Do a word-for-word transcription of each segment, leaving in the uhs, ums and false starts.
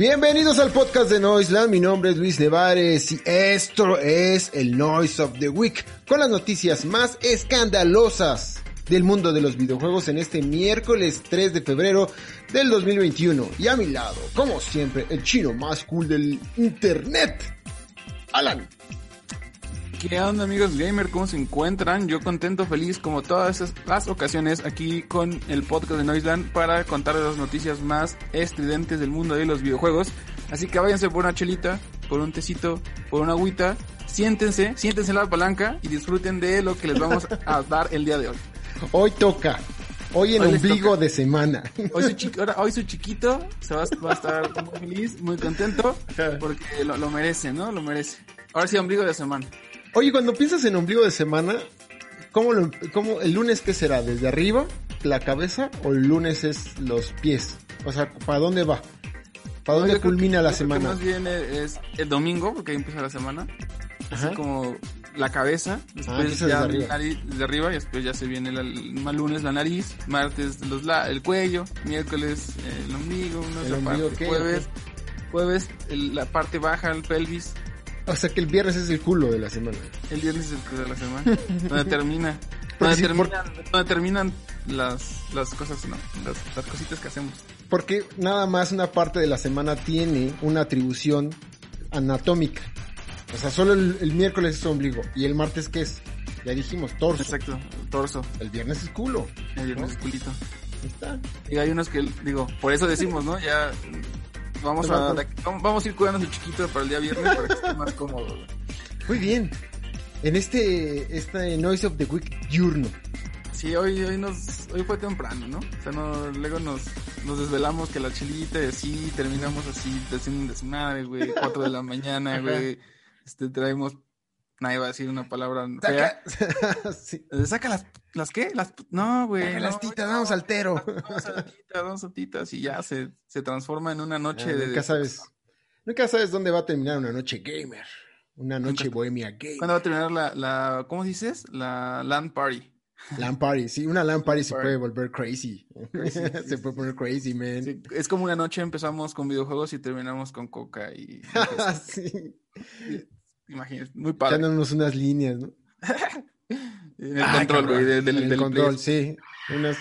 Bienvenidos al podcast de Noiseland, mi nombre es Luis Nevares y esto es el Noise of the Week, con las noticias más escandalosas del mundo de los videojuegos en este miércoles tres de febrero del dos mil veintiuno. Y a mi lado, como siempre, el chino más cool del internet, Alan. ¿Qué onda, amigos gamer? ¿Cómo se encuentran? Yo contento, feliz, como todas las ocasiones, aquí con el podcast de Noiseland para contarles las noticias más estridentes del mundo de los videojuegos. Así que váyanse por una chelita, por un tecito, por una agüita, siéntense, siéntense en la palanca y disfruten de lo que les vamos a dar el día de hoy. Hoy toca, hoy en Hoy ombligo de semana. Hoy su, chiqui, ahora, hoy su chiquito se va, va a estar muy feliz, muy contento, porque lo, lo merece, ¿no? Lo merece. Ahora sí, ombligo de semana. Oye, cuando piensas en ombligo de semana, ¿cómo, lo, cómo el lunes qué será? ¿Desde arriba, la cabeza, o el lunes es los pies? O sea, ¿para dónde va? ¿Para dónde culmina que, la semana? Más bien es el domingo, porque ahí empieza la semana. Ajá. Así como la cabeza, después ah, ya desde arriba. Desde arriba y después ya se viene el, el lunes la nariz, martes los la, el cuello, miércoles el ombligo, no el ombligo parte, ¿qué? jueves, jueves el, la parte baja, el pelvis. O sea que el viernes es el culo de la semana. El viernes es el culo de la semana. Donde termina. Donde, sí, terminan, por... donde terminan las, las cosas, no, las, las cositas que hacemos. Porque nada más una parte de la semana tiene una atribución anatómica. O sea, solo el, el miércoles es ombligo. ¿Y el martes qué es? Ya dijimos, torso. Exacto, torso. El viernes es culo. El viernes ¿no? es culito. Ahí está. Y hay unos que, digo, por eso decimos, ¿no? Ya... Vamos a, vamos a ir cuidando a su chiquito para el día viernes para que esté más cómodo. Muy bien. En este, este Noise of the Week diurno. Sí, hoy, hoy nos, hoy fue temprano, ¿no? O sea, no, luego nos, nos desvelamos que la chilita y así, terminamos así, haciendo un desmadre, güey, cuatro de la mañana, güey. Este, traemos, nadie va a decir una palabra fea. Saca, sí. Saca las, ¿las qué? Las, no, güey. No, las titas, no, vamos al tero. Vamos a titas, vamos a titas y ya se, se transforma en una noche ah, de... Nunca sabes, nunca sabes dónde va a terminar una noche gamer. Una noche nunca, bohemia gamer. ¿Cuándo va a terminar la, la, ¿cómo dices? La LAN party. LAN party, sí, una LAN party se puede volver crazy. crazy sí, se sí, puede poner crazy, man. Sí, es como una noche empezamos con videojuegos y terminamos con coca y... sí. Imagínate, muy padre. Echándonos unas líneas, ¿no? En el ah, control, güey, del, del, en el del control, play. Sí. Unas...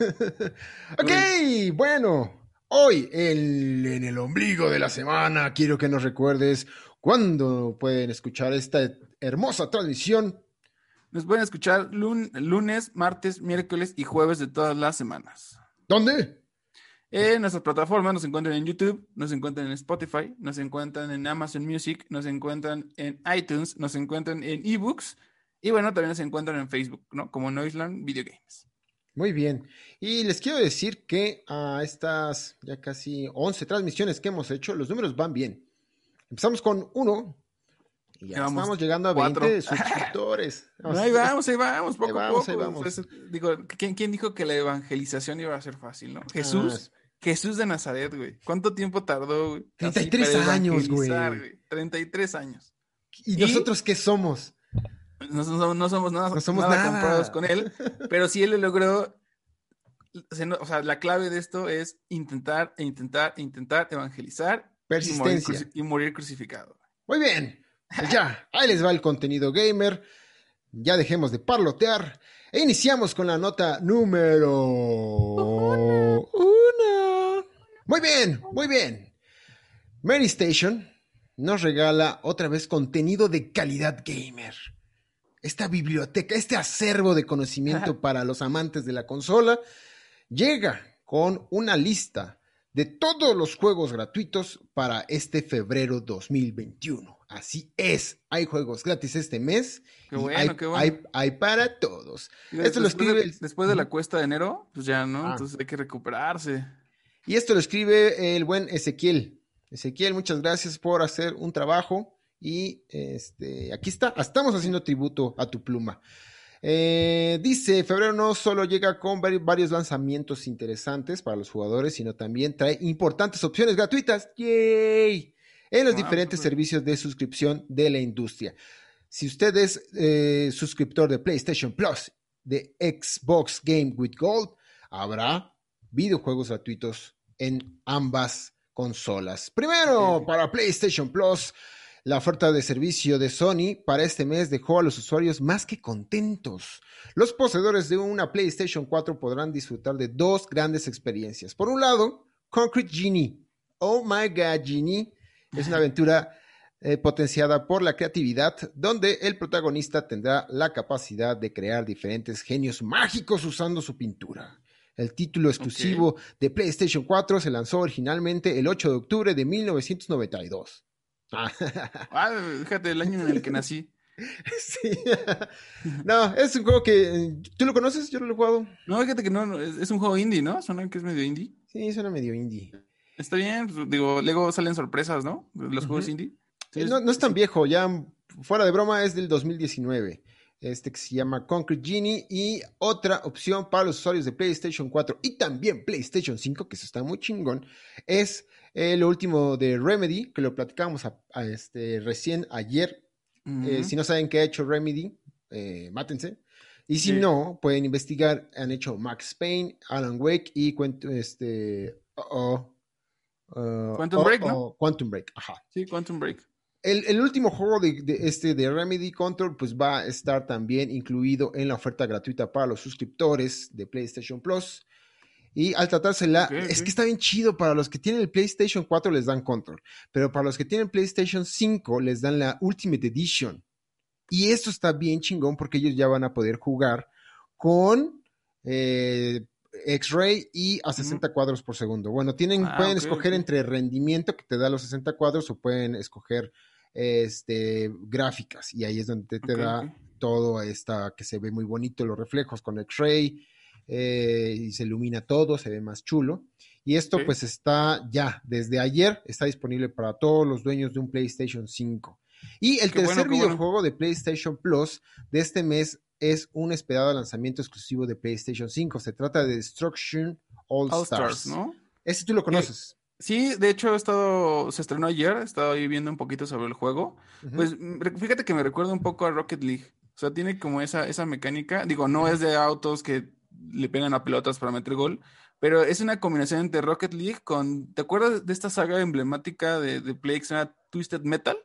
ok, bueno, hoy el, en el ombligo de la semana quiero que nos recuerdes cuándo pueden escuchar esta hermosa transmisión. Nos pueden escuchar lun, lunes, martes, miércoles y jueves de todas las semanas. ¿Dónde? En nuestras plataformas nos encuentran en YouTube, nos encuentran en Spotify, nos encuentran en Amazon Music, nos encuentran en iTunes, nos encuentran en eBooks y bueno, también nos encuentran en Facebook, ¿no? Como Noiseland Video Games. Muy bien. Y les quiero decir que a estas ya casi once transmisiones que hemos hecho, los números van bien. Empezamos con uno y ya vamos estamos llegando a cuatro. veinte suscriptores. Vamos. Ahí vamos, ahí vamos, poco a poco. Ahí vamos. Pues, digo, ¿quién, ¿quién dijo que la evangelización iba a ser fácil, no? Jesús. Ah. Jesús de Nazaret, güey. ¿Cuánto tiempo tardó, güey? treinta y tres años, güey. treinta y tres años. ¿Y, ¿Y nosotros qué somos? No, no, no somos nada, no somos nada, nada comprados con él, pero sí él le logró, o sea, la clave de esto es intentar, e intentar, e intentar evangelizar. Persistencia. Y morir, y morir crucificado. Muy bien. Pues ya, ahí les va el contenido gamer. Ya dejemos de parlotear e iniciamos con la nota número uno. uno. Muy bien, muy bien. Mary Station nos regala otra vez contenido de calidad gamer. Esta biblioteca, este acervo de conocimiento para los amantes de la consola, llega con una lista de todos los juegos gratuitos para este febrero dos mil veintiuno. Así es, hay juegos gratis este mes. Qué bueno, hay, qué bueno. Hay, hay para todos. Esto después lo escribe... De, después de la cuesta de enero, pues ya, ¿no? Ah. Entonces hay que recuperarse. Y esto lo escribe el buen Ezequiel. Ezequiel, muchas gracias por hacer un trabajo. Y este, aquí está, estamos haciendo tributo a tu pluma. Eh, dice, febrero no solo llega con varios lanzamientos interesantes para los jugadores, sino también trae importantes opciones gratuitas. ¡Yay! En los wow, diferentes super. servicios de suscripción de la industria. Si usted es eh, suscriptor de PlayStation Plus, de Xbox Game with Gold, habrá videojuegos gratuitos en ambas consolas. Primero, para PlayStation Plus, la oferta de servicio de Sony para este mes dejó a los usuarios más que contentos. Los poseedores de una PlayStation cuatro podrán disfrutar de dos grandes experiencias. Por un lado, Concrete Genie. Oh my God, Genie. Es una aventura eh, potenciada por la creatividad, donde el protagonista tendrá la capacidad de crear diferentes genios mágicos usando su pintura. El título exclusivo okay. de PlayStation cuatro se lanzó originalmente el ocho de octubre de mil novecientos noventa y dos. Ah, fíjate, el año en el que nací. Sí. No, es un juego que... ¿Tú lo conoces? Yo no lo he jugado. No, fíjate que no, es, es un juego indie, ¿no? Suena que es medio indie. Sí, suena medio indie. Está bien, pues, digo, luego salen sorpresas, ¿no? Los uh-huh. juegos indie. Sí, no, no es tan viejo, ya fuera de broma es del dos mil diecinueve. Este que se llama Concrete Genie, y otra opción para los usuarios de PlayStation cuatro y también PlayStation cinco, que eso está muy chingón, es eh, lo último de Remedy, que lo platicamos a, a este, recién ayer. Uh-huh. Eh, si no saben qué ha hecho Remedy, eh, mátense. Y si sí. no, pueden investigar. Han hecho Max Payne, Alan Wake y cuento, este, uh-oh, uh, Quantum uh, Break, uh, ¿no? Quantum Break, ajá. Sí, Quantum Break. El, el último juego de, de, este, de Remedy, Control, pues va a estar también incluido en la oferta gratuita para los suscriptores de PlayStation Plus. Y al tratársela, okay, okay. es que está bien chido. Para los que tienen el PlayStation cuatro les dan Control, pero para los que tienen PlayStation cinco les dan la Ultimate Edition. Y esto está bien chingón porque ellos ya van a poder jugar con eh, X-Ray y a sesenta uh-huh. cuadros por segundo. Bueno, tienen, ah, pueden okay, escoger okay. entre rendimiento, que te da los sesenta cuadros, o pueden escoger este, gráficas, y ahí es donde te, te okay, da okay. todo esta, que se ve muy bonito, los reflejos con X-Ray, eh, y se ilumina todo, se ve más chulo. Y esto okay. pues está ya, desde ayer, está disponible para todos los dueños de un PlayStation cinco. Y el qué tercer bueno, videojuego bueno. de PlayStation Plus de este mes es un esperado lanzamiento exclusivo de PlayStation cinco. Se trata de Destruction All, All Stars. Stars, ¿no? Ese tú lo conoces. Eh, sí, de hecho he estado, se estrenó ayer, he estado ahí viendo un poquito sobre el juego. Uh-huh. Pues fíjate que me recuerda un poco a Rocket League. O sea, tiene como esa, esa mecánica. Digo, no uh-huh. es de autos que le pegan a pelotas para meter gol, pero es una combinación entre Rocket League con... ¿Te acuerdas de esta saga emblemática de, de Play que se llama Twisted Metal?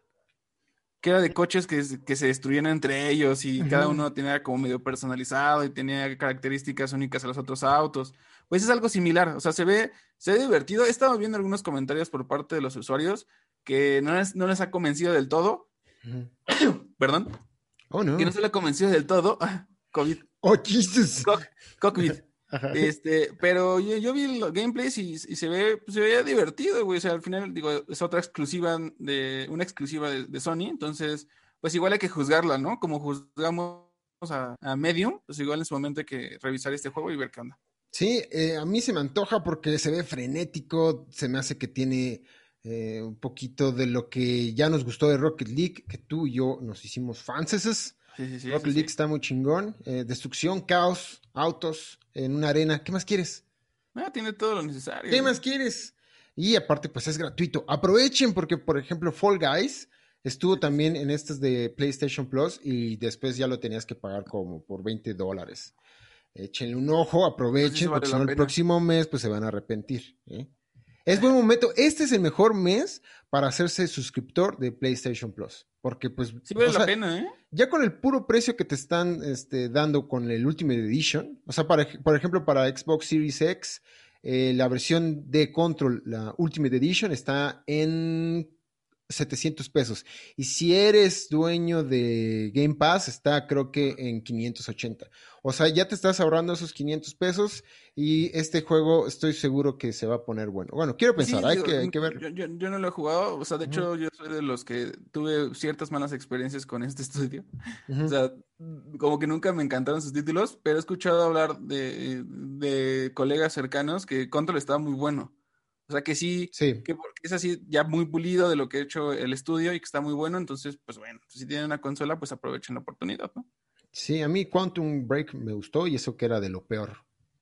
Que era de coches que, que se destruían entre ellos y uh-huh. cada uno tenía como medio personalizado y tenía características únicas a los otros autos. Pues es algo similar, o sea, se ve, se ve divertido. He estado viendo algunos comentarios por parte de los usuarios que no les, no les ha convencido del todo. Uh-huh. Perdón. Oh, no. Que no se le ha convencido del todo. COVID. Oh, Jesus. Co- COVID. Este, pero yo, yo vi los gameplays y, y se ve, pues, se veía divertido, güey. O sea, al final, digo, es otra exclusiva de, una exclusiva de, de Sony, entonces, pues igual hay que juzgarla, ¿no? Como juzgamos a, a Medium, pues igual en su momento hay que revisar este juego y ver qué onda. Sí, eh, a mí se me antoja porque se ve frenético, se me hace que tiene eh, un poquito de lo que ya nos gustó de Rocket League, que tú y yo nos hicimos fanses. Sí, sí, sí, Rocket sí, League sí. está muy chingón. Eh, destrucción, caos, autos en una arena. ¿Qué más quieres? Ah, tiene todo lo necesario. ¿Qué más quieres? Y aparte, pues es gratuito. Aprovechen porque, por ejemplo, Fall Guys estuvo también en estas de PlayStation Plus y después ya lo tenías que pagar como por veinte dólares. Échenle un ojo, aprovechen, sí, porque si no el próximo mes pues se van a arrepentir, ¿eh? Es buen momento. Este es el mejor mes para hacerse suscriptor de PlayStation Plus. Porque pues... Sí vale o la sea, pena, ¿eh? Ya con el puro precio que te están este, dando con el Ultimate Edition, o sea, para, por ejemplo, para Xbox Series X, eh, la versión de Control, la Ultimate Edition, está en setecientos pesos. Y si eres dueño de Game Pass, está creo que en quinientos ochenta. O sea, ya te estás ahorrando esos quinientos pesos y este juego estoy seguro que se va a poner bueno. Bueno, quiero pensar, sí, hay, digo, que, hay que ver. Yo, yo, yo no lo he jugado, o sea, de uh-huh. hecho yo soy de los que tuve ciertas malas experiencias con este estudio. Uh-huh. O sea, como que nunca me encantaron sus títulos, pero he escuchado hablar de, de colegas cercanos que Control estaba muy bueno. O sea, que sí, sí, que porque es así ya muy pulido de lo que ha hecho el estudio y que está muy bueno, entonces, pues bueno, si tienen una consola, pues aprovechen la oportunidad, ¿no? Sí, a mí Quantum Break me gustó y eso que era de lo peor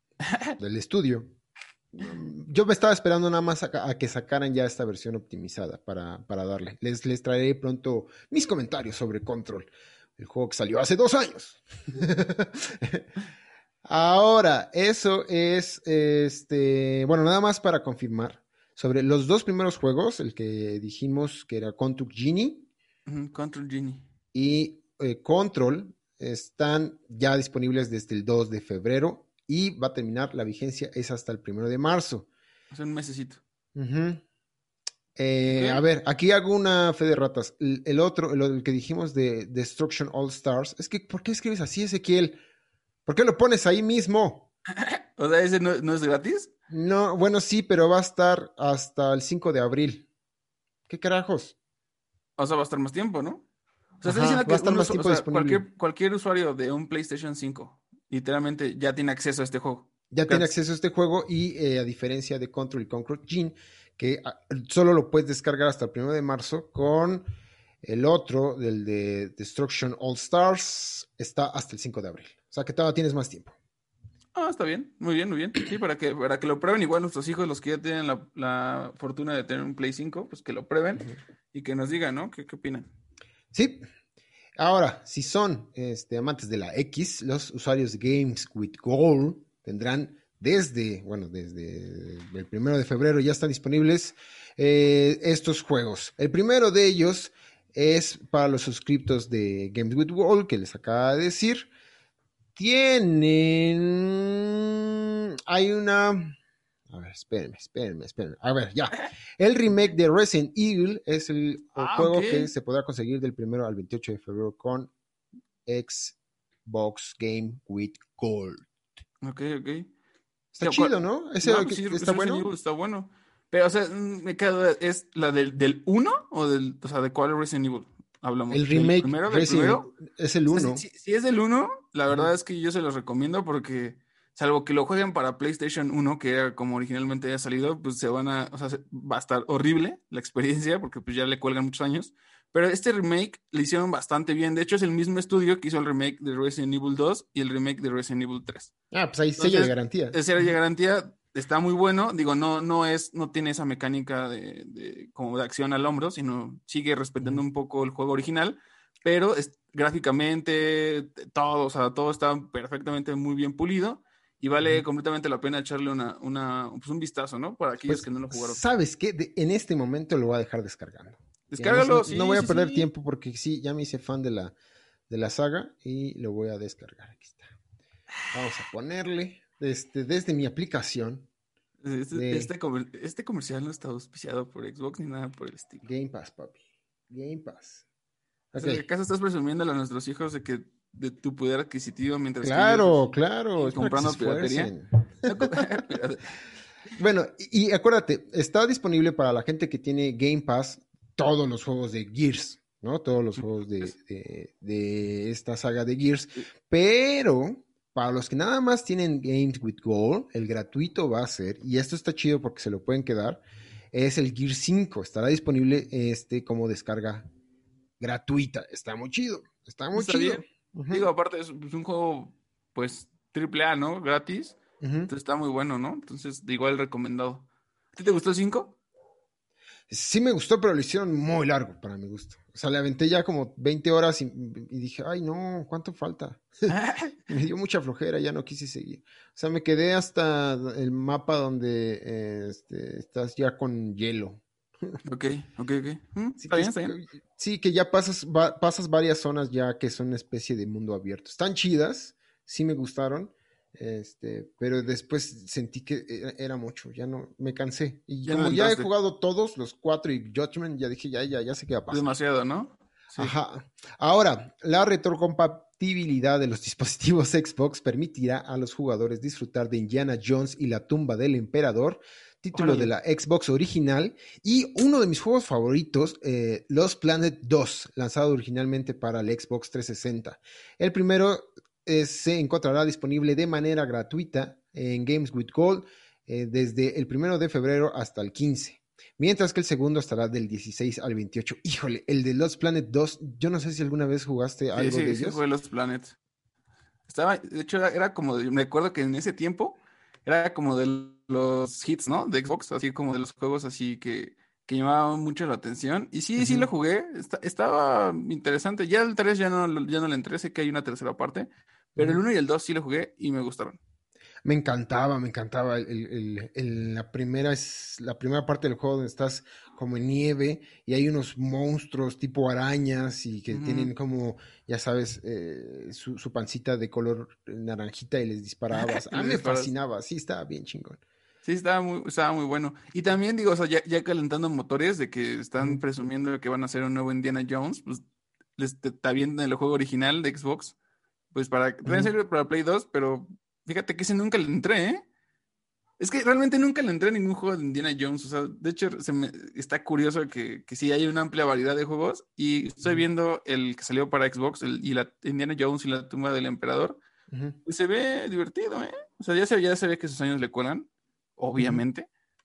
del estudio. Yo me estaba esperando nada más a, a que sacaran ya esta versión optimizada para, para darle. Les, les traeré pronto mis comentarios sobre Control, el juego que salió hace dos años. Ahora, eso es, este, bueno, nada más para confirmar. sobre los dos primeros juegos, el que dijimos que era Control Genie uh-huh, Control Genie y eh, Control, están ya disponibles desde el dos de febrero y va a terminar la vigencia, es hasta el primero de marzo. Hace un mesecito. Uh-huh. Eh, okay. A ver, aquí hago una fe de ratas. El, el otro, el, el que dijimos de Destruction All Stars, es que, ¿por qué escribes así, Ezequiel? ¿Por qué lo pones ahí mismo? O sea, ¿ese no, no es gratis? No, bueno, sí, pero va a estar hasta el cinco de abril. ¿Qué carajos? O sea, va a estar más tiempo, ¿no? O sea, está Ajá, diciendo va que a estar un más usu- o tiempo sea, disponible. cualquier, cualquier usuario de un PlayStation cinco literalmente ya tiene acceso a este juego. Ya Gratis. tiene acceso a este juego y eh, a diferencia de Control y Control Gene, que a, solo lo puedes descargar hasta el primero de marzo, con el otro, del de Destruction All Stars, está hasta el cinco de abril. O sea que todavía tienes más tiempo. Ah, está bien, muy bien, muy bien. Sí, para que, para que lo prueben igual nuestros hijos, los que ya tienen la, la fortuna de tener un Play cinco, pues que lo prueben uh-huh. y que nos digan, ¿no? ¿Qué, qué opinan? Sí. Ahora, si son este, amantes de la X, los usuarios de Games with Gold tendrán desde, bueno, desde el primero de febrero ya están disponibles eh, estos juegos. El primero de ellos es para los suscriptos de Games with Gold, que les acaba de decir. Tienen... Hay una... A ver, espérenme, espérenme, espérenme. A ver, ya. El remake de Resident Evil es el ah, juego okay. que se podrá conseguir del primero al veintiocho de febrero con Xbox Game with Gold. Ok, ok. Está o sea, chido, ¿no? ¿Ese no, pues sí, está bueno? Evil está bueno. Pero, o sea, me queda... ¿Es la del, del uno o del... O sea, de cuál Resident Evil hablamos? El remake ¿Del primero, del primero? Es el uno. O sea, si, si, si es del uno, la verdad uh-huh. es que yo se los recomiendo porque... Salvo que lo jueguen para PlayStation uno, que era como originalmente había salido, pues se van a, o sea, va a estar horrible la experiencia, porque pues ya le cuelgan muchos años. Pero este remake le hicieron bastante bien. De hecho, es el mismo estudio que hizo el remake de Resident Evil dos y el remake de Resident Evil tres. Ah, pues ahí sello de garantía. El sello de garantía está muy bueno. Digo, no, no es, no tiene esa mecánica de, de como de acción al hombro, sino sigue respetando uh-huh. un poco el juego original. Pero es, gráficamente, todo, o sea, todo está perfectamente muy bien pulido. Y vale uh-huh. completamente la pena echarle una, una, pues un vistazo, ¿no? Para aquellos pues, que no lo jugaron. ¿Sabes qué? De, en este momento lo voy a dejar descargando. Descárgalo, no, sí. No voy a sí, perder sí. tiempo porque sí, ya me hice fan de la, de la saga y lo voy a descargar. Aquí está. Vamos a ponerle desde, desde mi aplicación. Este, de este, comer, este comercial no está auspiciado por Xbox ni nada por el estilo. Game Pass, papi. Game Pass. Okay. O sea, ¿acaso estás presumiendo a nuestros hijos de que de tu poder adquisitivo mientras claro, que ellos, claro, y comprando piratería? Bueno, y, y acuérdate, está disponible para la gente que tiene Game Pass todos los juegos de Gears, ¿no? Todos los juegos de, de, de esta saga de Gears, pero para los que nada más tienen Games with Gold, el gratuito va a ser, y esto está chido porque se lo pueden quedar, es el Gears cinco, estará disponible este como descarga gratuita, está muy chido, está muy está chido. Bien. Uh-huh. Digo, aparte es, es un juego, pues, triple A, ¿no? Gratis. Uh-huh. Entonces está muy bueno, ¿no? Entonces, igual recomendado. ¿A ti te gustó el cinco? Sí me gustó, pero lo hicieron muy largo para mi gusto. O sea, le aventé ya como veinte horas y, y dije, ay, no, ¿cuánto falta? Me dio mucha flojera, ya no quise seguir. O sea, me quedé hasta el mapa donde eh, este, estás ya con hielo. Ok, ok, ok. ¿Mm? Sí, ¿Está que, bien, está bien? Sí, que ya pasas, va, pasas varias zonas ya que son una especie de mundo abierto. Están chidas, sí me gustaron, este, pero después sentí que era, era mucho, ya no, me cansé. Y ya como ya he jugado todos, los cuatro y Judgment, ya dije, ya, ya, ya sé qué va a pasar. Demasiado, ¿no? Sí. Ajá. Ahora, la retrocompatibilidad de los dispositivos Xbox permitirá a los jugadores disfrutar de Indiana Jones y la tumba del emperador, título Órale. de la Xbox original, y uno de mis juegos favoritos, eh, Lost Planet dos, lanzado originalmente para el Xbox trescientos sesenta. El primero eh, se encontrará disponible de manera gratuita en Games with Gold eh, desde el primero de febrero hasta el quince, mientras que el segundo estará del dieciséis al veintiocho. Híjole, el de Lost Planet dos, yo no sé si alguna vez jugaste sí, algo sí, de sí, ellos. Sí, fue Lost Planet. Estaba, de hecho, era, era como, me acuerdo que en ese tiempo era como de los hits, ¿no? De Xbox, así como de los juegos así que, que llamaban mucho la atención. Y sí, uh-huh. sí lo jugué, Está, estaba interesante. Ya el tres ya no, ya no le entré, sé que hay una tercera parte, pero uh-huh. el uno y el dos sí lo jugué y me gustaron. Me encantaba, me encantaba. El, el- el- el- la primera es la primera parte del juego donde estás como en nieve y hay unos monstruos tipo arañas y que Ujú. tienen como, ya sabes, eh, su, su pancita de color naranjita y les disparabas. Ah, Les me disparas. fascinaba, sí, estaba bien chingón. Sí, estaba muy, estaba muy bueno. Y también digo, o sea, ya, ya calentando motores de que están Ujú, presumiendo de que van a hacer un nuevo Indiana Jones, pues les te, te avientan el juego original de Xbox, pues para, también ujú. sirve para Play dos, pero fíjate que ese nunca le entré, ¿eh? Es que realmente nunca le entré a ningún juego de Indiana Jones, o sea, de hecho se me, está curioso que, que sí hay una amplia variedad de juegos y estoy Ujú, viendo el que salió para Xbox el, y la Indiana Jones y la tumba del emperador, ujú, y se ve divertido, ¿eh? O sea, ya se, ya se ve que sus años le cuelan, ujú. obviamente.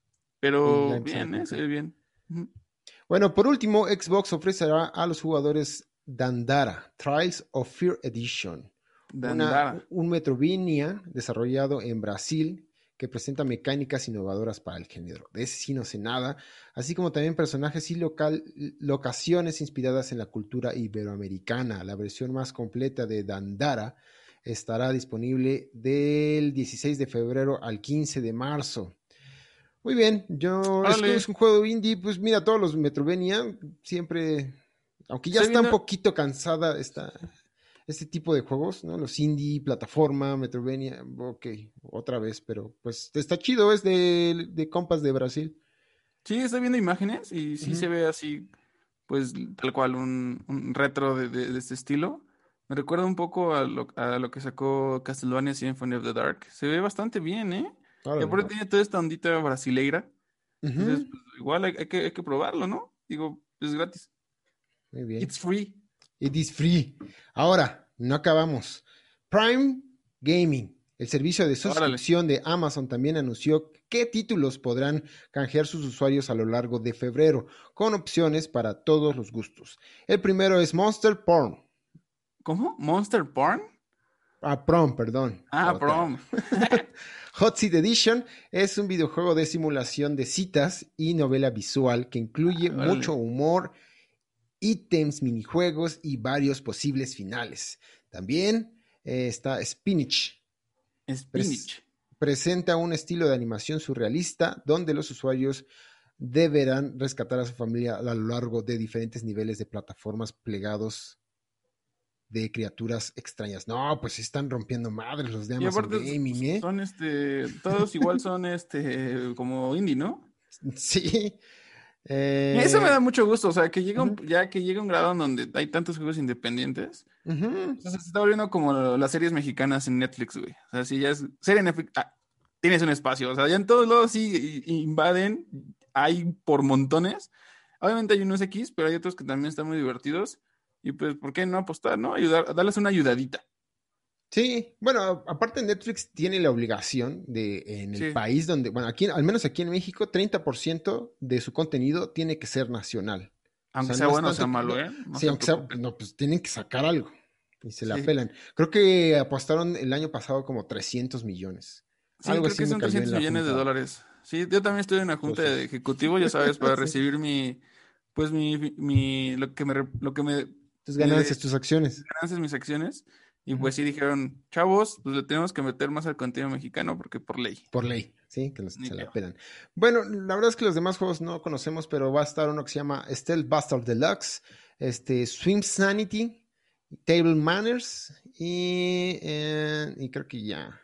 Y ya Pero empiezan a bien, ¿eh? Se cumplir. ve bien. Ujú. Bueno, por último, Xbox ofrecerá a los jugadores Dandara, Trials of Fear Edition, una, Dandara. un Metroidvania desarrollado en Brasil que presenta mecánicas innovadoras para el género. De ese sí no sé nada, así como también personajes y local, locaciones inspiradas en la cultura iberoamericana. La versión más completa de Dandara estará disponible del dieciséis de febrero al quince de marzo. Muy bien, yo es que Órale, es un juego indie, pues mira, todos los Metrovenia siempre, aunque ya estoy está un viendo. poquito cansada esta, este tipo de juegos, ¿no? Los indie, plataforma, Metrovenia, ok, otra vez, pero pues está chido, es de, de compas de Brasil. Sí, estoy viendo imágenes y sí Ujú, se ve así, pues tal cual, un, un retro de, de- de este estilo. Me recuerda un poco a lo, a lo que sacó Castlevania Symphony of the Dark. Se ve bastante bien, ¿eh? Y órale. aparte tiene toda esta ondita brasileira. Entonces, Ujú, pues, igual hay, hay que, hay que probarlo, ¿no? Digo, es gratis. muy bien. It's free. It is free. Ahora, no acabamos. Prime Gaming, el servicio de Órale. suscripción de Amazon, también anunció qué títulos podrán canjear sus usuarios a lo largo de febrero, con opciones para todos los gustos. El primero es Monster Porn. ¿Cómo? ¿Monster Porn? Ah, Prom, perdón. Ah, Joder. prom. Hot Seat Edition es un videojuego de simulación de citas y novela visual que incluye mucho Órale. humor, ítems, minijuegos y varios posibles finales. También eh, está Spinach. Pres- Spinach. presenta un estilo de animación surrealista donde los usuarios deberán rescatar a su familia a lo largo de diferentes niveles de plataformas plegados de criaturas extrañas. No, pues están rompiendo madres los de Y Amazon aparte s- Gaming, s- ¿eh? son este, todos igual son este, como indie, ¿no? Sí. Eso me Eh, da mucho gusto, o sea, que llega un, uh-huh, ya que llega un grado en donde hay tantos juegos independientes, uh-huh. o sea, se está volviendo como las series mexicanas en Netflix, güey. O sea, si ya es serie en Netflix, ah, tienes un espacio, o sea, ya en todos lados sí i- invaden, hay por montones. Obviamente hay unos X, pero hay otros que también están muy divertidos. Y pues, ¿por qué no apostar, no? Ayudar, darles una ayudadita. Sí, bueno, aparte Netflix tiene la obligación de, en el Sí, país donde, bueno, aquí, al menos aquí en México, treinta por ciento de su contenido tiene que ser nacional. O aunque sea, sea no es bueno o sea tanto que, malo, no, ¿eh? No sí, se aunque sea, preocupen. no, pues tienen que sacar algo y se la Sí. pelan. Creo que apostaron el año pasado como trescientos millones. Sí, Algo creo así que me son cayó en trescientos la millones de junta dólares. Sí, yo también estoy en la junta de socios. ejecutivo, ya sabes, para Sí. recibir mi, pues mi, mi, lo que me, re- lo que me, Tus me ganancias, tus acciones. ganancias, mis acciones. Y Ujú. pues sí dijeron, chavos, pues le tenemos que meter más al contenido mexicano porque por ley. Por ley, sí, que los- Ni se la pedo. pelan. Bueno, la verdad es que los demás juegos no conocemos, pero va a estar uno que se llama Stealth Bastard Deluxe, este, Swim Sanity, Table Manners y, eh, y creo que ya.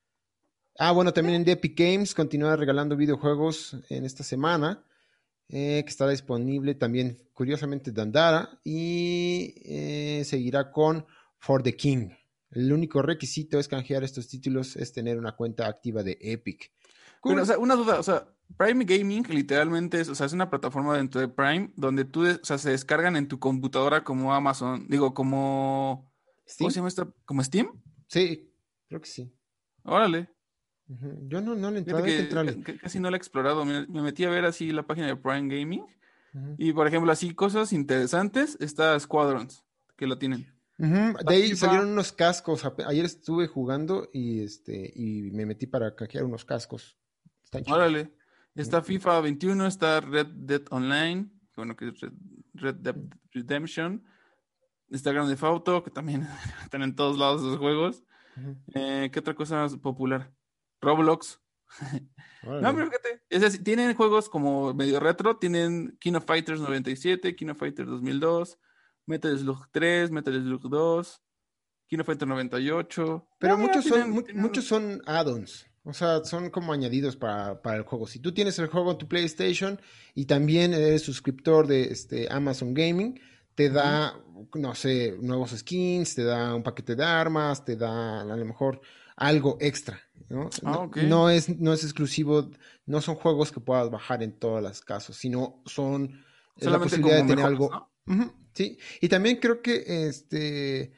Ah, bueno, también en The Epic Games continúa regalando videojuegos en esta semana, eh, que estará disponible también, curiosamente, Dandara y eh, seguirá con For the King. El único requisito es canjear estos títulos, es tener una cuenta activa de Epic. Pero, o Cool. sea, una duda, o sea, Prime Gaming literalmente es, o sea, es una plataforma dentro de Prime donde tú, de- o sea, se descargan en tu computadora como Amazon, digo, como, ¿cómo se ¿Steam? llama esta? ¿Como Steam? Sí, creo que sí. Órale. Ujú. Yo no, no le he Fíjate entrado, hay que que entrarle. ca- ca- casi no la he explorado. Me, me metí a ver así la página de Prime Gaming. Ujú. Y por ejemplo, así cosas interesantes. Está Squadrons, que lo tienen. Ujú. Está De ahí FIFA. salieron unos cascos. ape- Ayer estuve jugando y este y me metí para canjear unos cascos. Están chidos. Órale. Ujú. Está FIFA veintiuno. Está Red Dead Online. Que bueno, que es Red, Red Dead Redemption. Está Grand Theft Auto, que también están en todos lados esos juegos. Ujú. Eh, ¿qué otra cosa es popular? Roblox. No, Órale. pero fíjate, es decir, tienen juegos como medio retro, tienen King of Fighters noventa y siete, King of Fighters dos mil dos, Metal Slug tres, Metal Slug dos, King of Fighters noventa y ocho. Pero No, mira, muchos son, tienen, mu- tienen... muchos son add-ons. O sea, son como añadidos para, para el juego. Si tú tienes el juego en tu PlayStation y también eres suscriptor de este Amazon Gaming, te Ujú. da, no sé, nuevos skins, te da un paquete de armas, te da a lo mejor algo extra, ¿no? Ah, No, ok. no es, no es exclusivo, no son juegos que puedas bajar en todos los casos, sino son, es la Solamente posibilidad de como tener mejoras, algo. ¿no? Ujú, sí, y también creo que este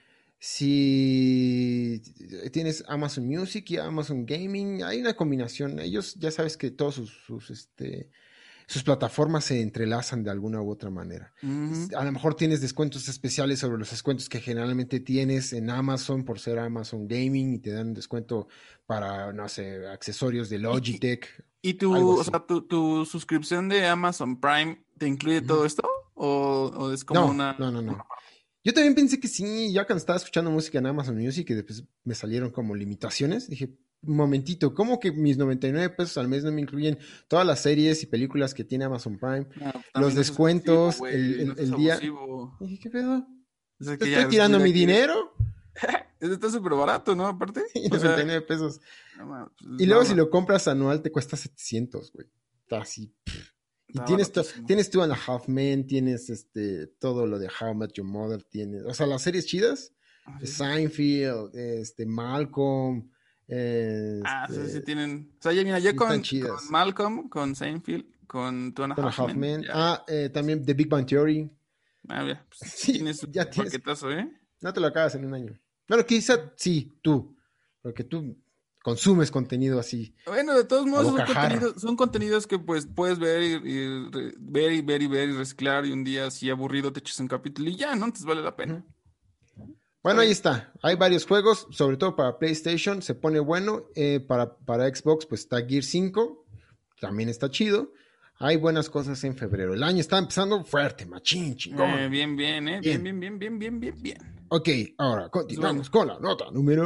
si tienes Amazon Music y Amazon Gaming, hay una combinación. Ellos ya sabes que todos sus, sus, este, sus plataformas se entrelazan de alguna u otra manera. Ujú. A lo mejor tienes descuentos especiales sobre los descuentos que generalmente tienes en Amazon por ser Amazon Gaming y te dan un descuento para, no sé, accesorios de ¿Y, y, Logitech, y algo tu, o así. sea, tu, tu suscripción de Amazon Prime te incluye Ujú. todo esto? ¿O, o es como No, una... no, no, no. Yo también pensé que sí, ya cuando estaba escuchando música en Amazon Music y después me salieron como limitaciones, dije, un momentito, ¿cómo que mis noventa y nueve pesos al mes no me incluyen todas las series y películas que tiene Amazon Prime, No, pues los también no seas abusivo, descuentos, el, güey, no el, seas el día? abusivo. Y dije, ¿qué pedo? O sea, ¿Te que ya, estoy es- tirando ya mi quieres... dinero? Eso está súper barato, ¿no? Aparte, Y o sea, noventa y nueve pesos. no, ma- pues, Y luego si nada, lo compras anual te cuesta setecientos, güey. Está así. Y está tienes, to- baratísimo. tienes Two and a Half Men, tienes este, todo lo de How I Met Your Mother, tienes, o sea, las series chidas, Ah, sí, sí. Seinfeld, este, Malcolm, Ah, sí, sí este, tienen. O sea, ya mira, yo sí están con, con chidas. Malcolm, con Seinfeld, con Two and a Two and a Half Half Men, Men. ya, Ah, eh, también The Big Bang Theory. ah, ya, pues sí Sí, tienes ya un tienes, paquetazo, ¿eh? no te lo acabas en un año. Bueno, quizá sí, tú, porque tú consumes contenido así, Bueno, de todos a modos son bocajarro. contenidos, son contenidos que pues puedes ver y, y re- ver y ver y ver y reciclar y un día así aburrido te echas un capítulo y ya, ¿no? Entonces vale la Ujú. pena. Está Bueno, ahí bien. está. Hay varios juegos, sobre todo para PlayStation, se pone bueno. Eh, para, para Xbox, pues está Gear cinco, también está chido. Hay buenas cosas en febrero. El año está empezando fuerte, machín, Eh, chingón. bien, bien, ¿eh? Bien, Bien. bien, bien, bien, bien, bien, bien. Ok, ahora Pues continuamos bueno, con la nota número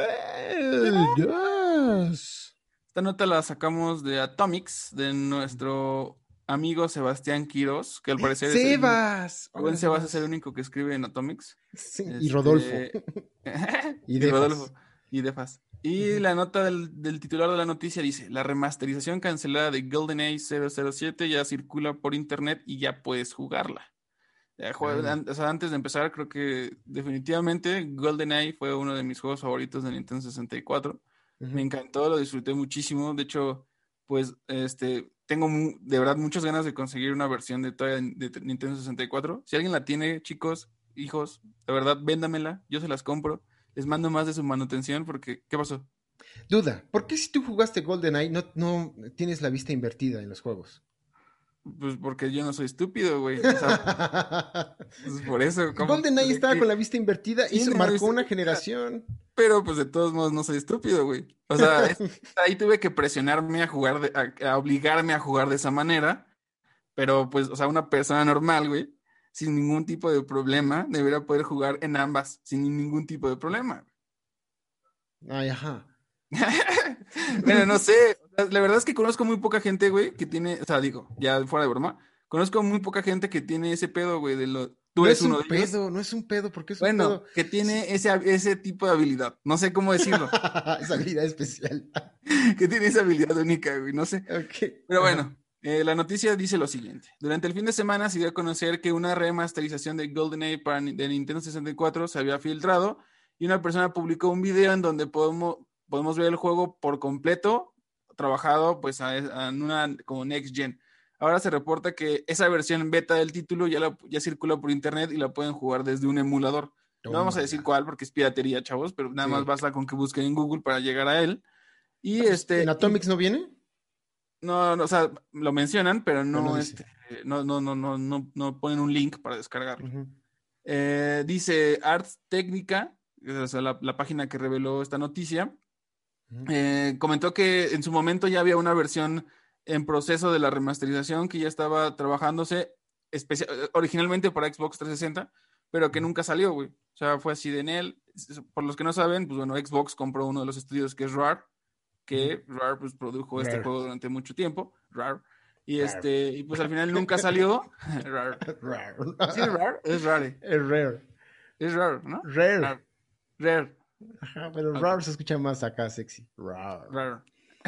dos. esta nota la sacamos de Atomics, de nuestro amigo Sebastián Quiros, que al parecer es el único, Sebas. el buen Hola, Sebas es el Sebas. único que escribe en Atomics. Sí, y Rodolfo. Este, Y y Rodolfo, Defas. y Defas. Y Ujú. la nota del, del titular de la noticia dice, la remasterización cancelada de GoldenEye cero cero siete ya circula por internet y ya puedes jugarla. Ya, jue- Anda. an- o sea, antes de empezar, creo que definitivamente GoldenEye fue uno de mis juegos favoritos de Nintendo sesenta y cuatro. Me Ujú. encantó, lo disfruté muchísimo. De hecho, pues, este, tengo mu- de verdad muchas ganas de conseguir una versión de, todavía de t- Nintendo sesenta y cuatro. Si alguien la tiene, chicos, hijos, de verdad, véndamela, yo se las compro. Les mando más de su manutención porque, ¿qué pasó? Duda, ¿por qué si tú jugaste GoldenEye no, no tienes la vista invertida en los juegos? Pues porque yo no soy estúpido, güey. O sea, pues por eso, como GoldenEye de estaba con que la vista invertida y sí, se no, marcó es- una generación. pero pues de todos modos no soy estúpido, güey. O sea, es- ahí tuve que presionarme a jugar, de- a, a obligarme a jugar de esa manera, pero pues, o sea, una persona normal, güey, sin ningún tipo de problema, debería poder jugar en ambas, sin ningún tipo de problema. Ay, ajá. Bueno, no sé, o sea, la verdad es que conozco muy poca gente, güey, que tiene, o sea, digo, ya fuera de broma, conozco muy poca gente que tiene ese pedo, güey, de lo, tú No eres es uno un de ellos. pedo, no es un pedo, porque es un pedo. Bueno, que Sí. tiene ese, ese tipo de habilidad, no sé cómo decirlo, Esa habilidad especial. que tiene esa habilidad única, güey, no sé. Ok. Pero Ajá. bueno, eh, la noticia dice lo siguiente. Durante el fin de semana se dio a conocer que una remasterización de GoldenEye para, ni- de Nintendo sesenta y cuatro se había filtrado y una persona publicó un video en donde podemos, podemos ver el juego por completo, trabajado pues a- a- en una como Next Gen. Ahora se reporta que esa versión beta del título ya, la- ya circula por internet y la pueden jugar desde un emulador. No vamos a decir Tómala. cuál porque es piratería, chavos, pero nada más Sí. basta con que busquen en Google para llegar a él. Y Ah, pues, ¿en este, y Atomics no viene? no, no, o sea, lo mencionan, pero Pero no no, dice. este, no, no, no, no, no, no ponen un link para descargarlo. Ujú, Eh, dice Arts Técnica, o sea, la, la página que reveló esta noticia, ujú. eh, comentó que en su momento ya había una versión en proceso de la remasterización que ya estaba trabajándose especia- originalmente para Xbox trescientos sesenta, pero que nunca salió, güey. O sea, fue así de en él. Por los que no saben, pues bueno, Xbox compró uno de los estudios que es Rare que Rare pues produjo este Rare. juego durante mucho tiempo, Rare, y Rare. este, y pues al final nunca salió. Rare. Rare. ¿Sí es Rare? Es Rare. Es rare. Es Rare, ¿no? Rare. Rare. Rare. Ajá, pero Ok. rare se escucha más acá sexy. Rare. Rare.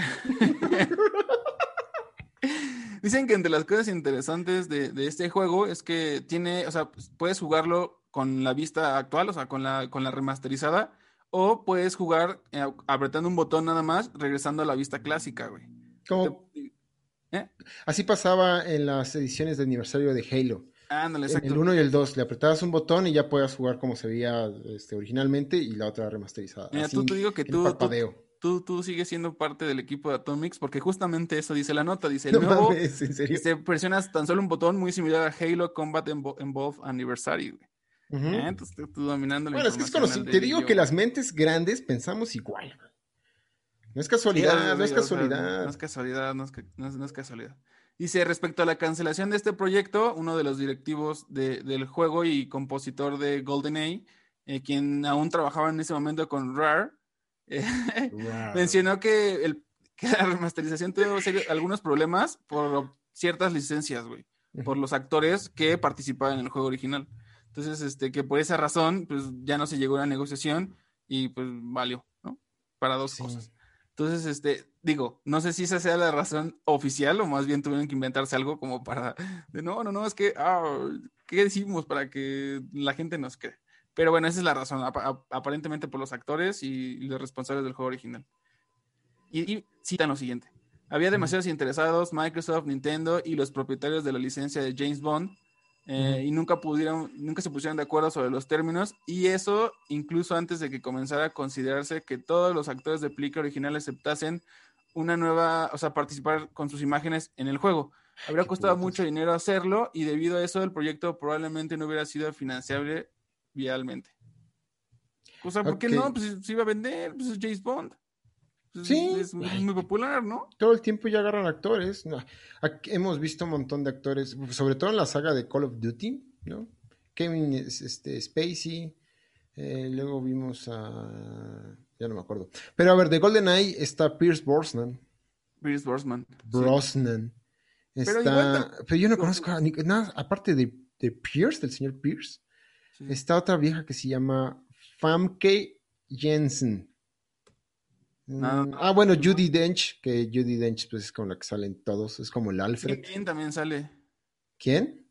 Dicen que entre las cosas interesantes de, de este juego es que tiene, o sea, pues, puedes jugarlo con la vista actual, o sea, con la, con la remasterizada, o puedes jugar eh, apretando un botón nada más, regresando a la vista clásica, güey. Como, Te- ¿Eh? así pasaba en las ediciones de aniversario de Halo. Ándale, En el exacto. uno y el dos le apretabas un botón y ya podías jugar como se veía este, originalmente y la otra remasterizada. Mira, Así tú te digo que en tú, tú, parpadeo. tú, tú sigues siendo parte del equipo de Atomics, porque justamente eso dice la nota, dice el No nuevo, mames, ¿en serio? dice, presionas tan solo un botón muy similar a Halo Combat Envo- Evolved Anniversary, güey. Ujú. Eh, Entonces tú, tú dominando la Bueno, es que es información conocido. al Te digo dedillo, que güey. las mentes grandes pensamos igual. Güey. No es Sí, casualidad, no es digo, o sea, no casualidad. es casualidad, no es, ca- no es- no es casualidad. Dice, respecto a la cancelación de este proyecto, uno de los directivos de- del juego y compositor de GoldenEye, eh, quien aún trabajaba en ese momento con Rare, eh, Wow. mencionó que, el, que la remasterización tuvo serio- algunos problemas por ciertas licencias, güey, por Ujú. los actores que participaban en el juego original. Entonces, este, que por esa razón, pues ya no se llegó a la negociación y pues valió, ¿no? Para dos Sí. cosas. Entonces, este, digo, no sé si esa sea la razón oficial o más bien tuvieron que inventarse algo como para, de no, no, no, es que, ah, ¿qué decimos para que la gente nos cree? Pero bueno, esa es la razón, apa- ap- aparentemente por los actores y los responsables del juego original. Y, y citan lo siguiente. Había Ujú. demasiados interesados, Microsoft, Nintendo y los propietarios de la licencia de James Bond, eh, Ujú. y nunca pudieron, nunca se pusieron de acuerdo sobre los términos, y eso incluso antes de que comenzara a considerarse que todos los actores de película original aceptasen una nueva, o sea, participar con sus imágenes en el juego. Habría Qué costado putos. mucho dinero hacerlo, y debido a eso el proyecto probablemente no hubiera sido financiable vialmente. O sea, ¿por qué Ok. no? Pues se iba a vender, pues es James Bond. Pues, Sí, es muy, ay, muy popular, ¿no? todo el tiempo ya agarran actores. No, aquí hemos visto un montón de actores, sobre todo en la saga de Call of Duty, ¿no? Kevin es- este, Spacey, eh, luego vimos a... Ya no me acuerdo. Pero a ver, de GoldenEye está Pierce Brosnan. Pierce Brosnan, sí. Brosnan. Pero igual, Está... tam- Pero yo no digo, conozco a... ni- Nada, aparte de, de Pierce, del señor Pierce, sí. está otra vieja que se llama Famke Jensen. Nada, Mm, no, ah, bueno, no. Judi Dench, que Judi Dench pues es con la que salen todos, es como el Sin Alfred. Bin también sale. ¿Quién?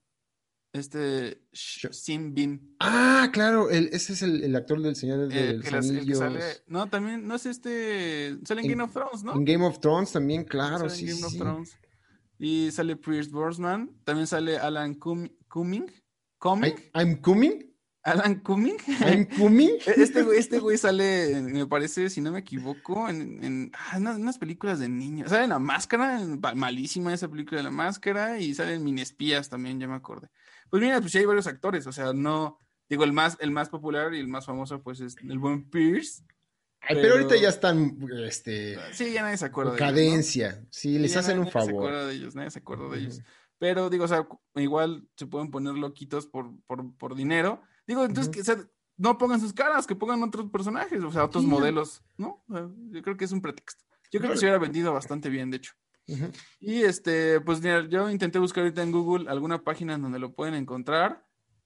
Este Sh- Yo- Sin Bin. Ah, claro, el- ese es el, el actor del Señor de El los que, las- el que sale. Anillos. No, también, no es este. Sale en Game of En, Thrones, ¿no? en Game of Thrones también, También claro, sale en sí, sí, Game of sí. Thrones. Y sale Pierce Brosnan. También sale Alan Cum- Cumming. Cumming. I- I'm coming, Alan Cumming. I'm coming. Este güey, este güey sale, me parece, si no me equivoco, en, en ah, unas, unas películas de niños. Sale en La Máscara, en- pa- malísima esa película de La Máscara, y sale en Minespías también, ya me acordé. Pues mira, pues sí hay varios actores, o sea, no, digo, el más, el más popular y el más famoso, pues es el buen Pierce, Ay, pero pero ahorita ya están, este, sí, ya nadie se acuerda en de ellos, ¿no? cadencia. Sí, Sí, les ya hacen nadie, un nadie se favor. acuerda de ellos, nadie se acuerda de ellos. Ujú, Pero digo, o sea, cu- igual se pueden poner loquitos por, por, por dinero. Digo, entonces, ujú. que, o sea, no pongan sus caras, que pongan otros personajes, o sea, otros Sí, modelos, ¿no? O sea, yo creo que es un pretexto. Yo creo que claro. se hubiera vendido bastante bien, de hecho. Ujú. Y este, pues mira, yo intenté buscar ahorita en Google alguna página en donde lo pueden encontrar.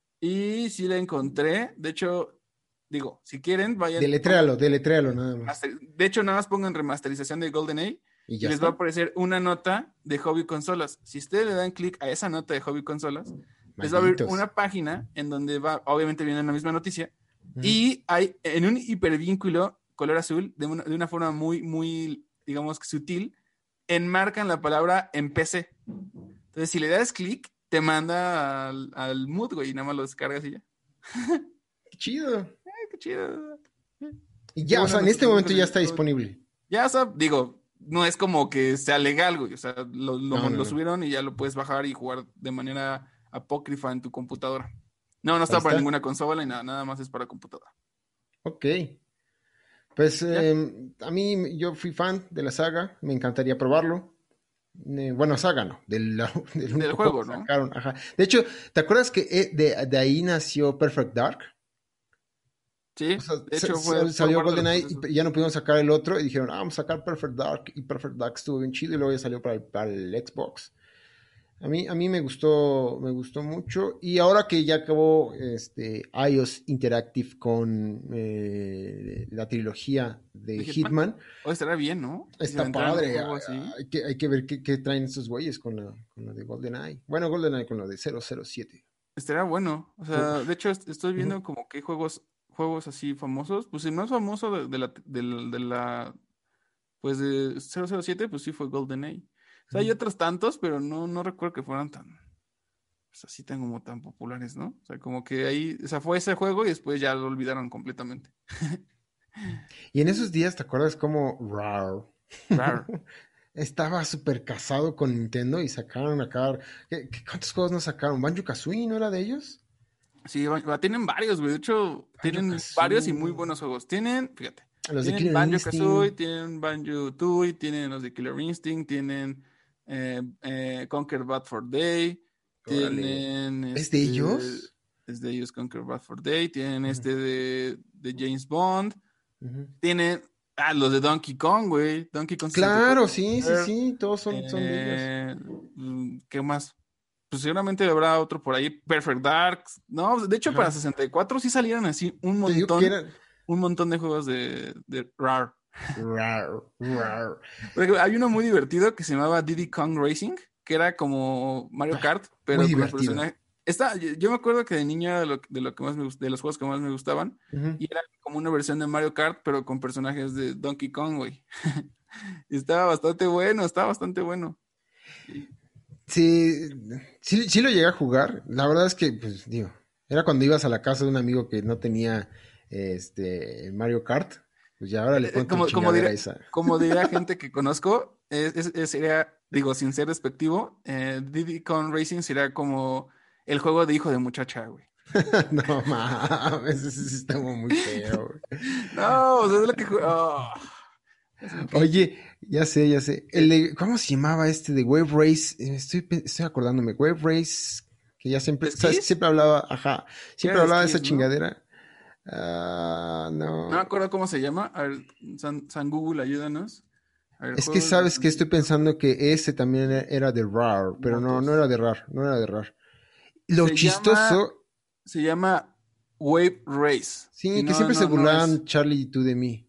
Y sí la encontré. De hecho, digo, si quieren, vayan. Deletréalo, deletréalo nada más. Master- De hecho, nada más pongan remasterización de GoldenEye Y y ya les va a está. aparecer una nota de Hobby Consolas. Si ustedes le dan clic a esa nota de Hobby Consolas, les va a abrir Malditos. una página en donde va, obviamente viene la misma noticia, Ujú. y hay en un hipervínculo color azul, de una, de una forma muy, muy, digamos, sutil, enmarcan la palabra en P C. Entonces, si le das clic, te manda al, al mood, güey, y nada más lo descargas y ya. Qué chido. Ay, qué chido. Y Qué ya, o bueno, sea, en nuestros este amigos momento de ya está YouTube. disponible. Ya, o sea, digo, no es como que sea legal, güey. O sea, lo, lo- No, no, lo no. subieron y ya lo puedes bajar y jugar de manera apócrifa en tu computadora. No, no Ahí está para está. ninguna consola y nada, nada más es para computadora. Ok. Pues ¿Ya? eh, a mí, yo fui fan de la saga, me encantaría probarlo. Eh, bueno, saga no, del, del Del único juego, juego que ¿no? sacaron. Ajá. De hecho, ¿te acuerdas que eh, de, de ahí nació Perfect Dark? O Sí, sea, de sa- hecho fue, sa- fue salió parte de los GoldenEye procesos. y ya no pudieron sacar el otro y dijeron, ah, vamos a sacar Perfect Dark y Perfect Dark estuvo bien chido y luego ya salió para el, para el Xbox. A mí, a mí me gustó, me gustó mucho y ahora que ya acabó este iOS Interactive con eh, la trilogía ¿De de Hitman? Hitman, O estará bien, ¿no? Si se está aventaran un padre. juego así. Hay que, hay que ver qué, qué traen estos güeyes con la, con la de GoldenEye. Bueno, GoldenEye con lo de cero cero siete. Estaría bueno. O sea, de Uf. hecho, est- estoy Ujú, viendo como que hay juegos, juegos así famosos. Pues el más famoso de, de la, de la, de la, pues de cero cero siete pues sí fue GoldenEye. O sea, hay ujú. otros tantos, pero no, no recuerdo que fueran tan, pues así tan como tan populares, ¿no? O sea, como que ahí, o sea, fue ese juego y después ya lo olvidaron completamente. Y en esos días, ¿te acuerdas cómo Rar Raro. estaba súper casado con Nintendo y sacaron acá? ¿qué- qué- ¿Cuántos juegos nos sacaron? ¿Banjo Kazooie no era de ellos? Sí, va- va- tienen varios, güey. De hecho, Banjo tienen varios y muy Kazooie. buenos juegos. Tienen, fíjate, Los de tienen Killer Banjo-Kazooie, Instinct. tienen Banjo-Tooie, tienen los de Killer Instinct, tienen eh, eh, Conquer Bad for Day, Órale. tienen ¿Es de este, ellos? es de ellos Conquer Bad for Day, tienen Ujú, este de, de James Bond, ujú. tienen, ah, los de Donkey Kong, güey, Donkey Kong sesenta y Claro, cuatro sí, sí, Super, sí, todos son, son de ellos. eh, mm, ¿qué más? Pues seguramente habrá otro por ahí, Perfect Dark. No, de hecho para Ajá. sesenta y cuatro sí salieron así un Te digo que montón, eran un montón de juegos de, de Rare. rar, rar. Por ejemplo, hay uno muy divertido que se llamaba Diddy Kong Racing, que era como Mario Ah, Kart, muy pero con los divertido. personajes. Está, yo yo me acuerdo que de niño era de lo, de lo que más me gust- de los juegos que más me gustaban, Ujú. y era como una versión de Mario Kart, pero con personajes de Donkey Kong, güey. Y estaba bastante bueno, estaba bastante bueno. Y- Sí, sí, sí lo llegué a jugar. La verdad es que, pues, digo, era cuando ibas a la casa de un amigo que no tenía este Mario Kart. Pues ya ahora le eh, pon tu como, como chingadera dirá, esa. como diría gente que conozco, es, es- es- sería, digo, sin ser despectivo, eh, Diddy Kong Racing sería como el juego de hijo de muchacha, güey. No mames, ese sí está muy feo, güey. No, o sea, es lo que... jue- ah, es un pinche... Oye, ya sé, ya sé. El ¿Qué? de- ¿cómo se llamaba este de Wave Race? Eh, Estoy, pe- estoy acordándome. Wave Race, que ya ¿De siempre, ¿sabes? Que esquís? siempre hablaba, ajá, Era siempre de hablaba de esa esquís, ¿no? chingadera. Ah, No me no. acuerdo cómo se llama. A ver, San, San Google, ayúdanos. A ver, Es que juegos de sabes que estoy sesenta y cuatro. pensando que ese también e- era de RAR, pero no, no era Motos. de RAR, no era de RAR. Lo Se llama... chistoso, Se llama Wave Race. Y sí, que no, siempre se no, no es... burlaban Charlie y tú de mí.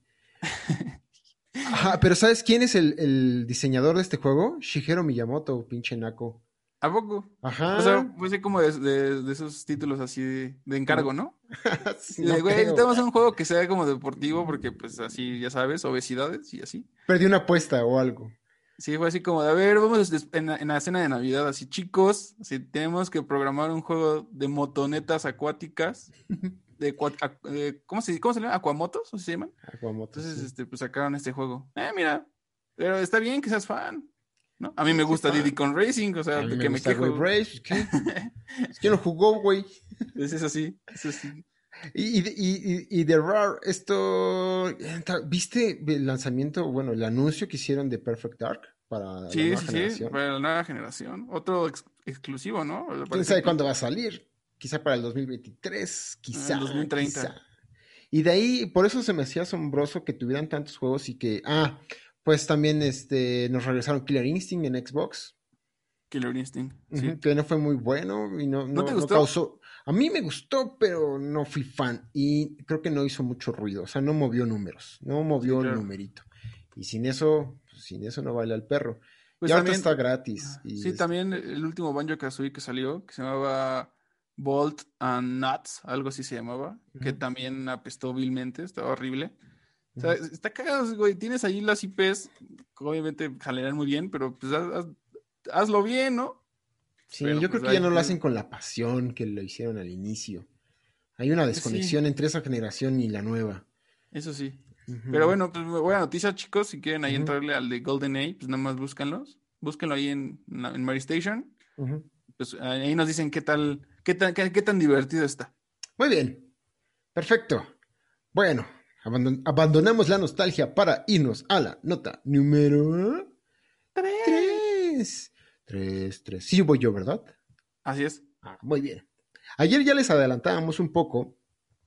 Ajá, pero ¿sabes quién es el, el diseñador de este juego? Shigeru Miyamoto, pinche naco. ¿A poco? O sea, Ajá, pues sí como de, de- de esos títulos así de, de como, encargo, ¿no? sí, Y de, no güey, creo. necesitamos un juego que sea como deportivo porque pues así, ya sabes, obesidades y así. Perdí una apuesta o algo. Sí, fue así como de, a ver, vamos des- en la, en la cena de Navidad, así chicos, así tenemos que programar un juego de motonetas acuáticas, de, cua- ac- de- ¿cómo se, cómo se llama? ¿Aquamotos? ¿O se llaman? Aguamoto, Entonces, sí. este, pues sacaron este juego. Eh, mira, pero está bien que seas fan, ¿no? A mí Sí, me soy gusta Diddy fan. Kong Racing, o sea, A mí ¿de me qué me gusta Wave quejo? Race, ¿qué? Es que no jugó, güey. Es eso sí, eso sí. Y, y, y, y de RAR, esto, ¿viste el lanzamiento, bueno, el anuncio que hicieron de Perfect Dark para la Sí, nueva sí, sí, generación? para la nueva generación. Otro ex- exclusivo, ¿no? Me ¿Quién parece sabe cuándo que va a salir? Quizá para el dos mil veintitrés, en el quizá, dos mil quizá. treinta. Y de ahí, por eso se me hacía asombroso que tuvieran tantos juegos y que, ah, pues también este, nos regresaron Killer Instinct en Xbox. Killer Instinct, Ujú, sí. que no fue muy bueno y no, ¿No te no, no gustó? causó. A mí me gustó, pero no fui fan y creo que no hizo mucho ruido. O sea, no movió números, no Sí, movió el claro. numerito. Y sin eso, pues, sin eso no baila el perro. Y Pues ahorita también, está gratis. ah, Y sí, es- también el último Banjo-Kazooie que salió, que se llamaba Bolt and Nuts, algo así se llamaba, que ujú, también apestó vilmente, estaba horrible. O sea, ujú. está cagado, güey. Tienes ahí las I Pes, que obviamente jalarán muy bien, pero pues haz- haz- hazlo bien, ¿no? Sí, Pero yo creo pues que ya ahí no lo te... hacen con la pasión que lo hicieron al inicio. Hay una Pues sí, desconexión entre esa generación y la nueva. eso sí. Pero Ujú, bueno, pues buena noticia, chicos. Si quieren ahí ujú, entrarle al de GoldenEye, pues nada más búscanlos. Búsquenlo ahí en, en Mary Station. ujú. Pues ahí nos dicen qué tal, qué tan, qué, qué tan divertido está. Muy bien, perfecto. Bueno, abandon- abandonamos la nostalgia para irnos a la nota número ¡Tarán! tres. Tres, tres. Sí, voy yo, ¿verdad? Así es. Ah, muy bien. Ayer ya les adelantábamos un poco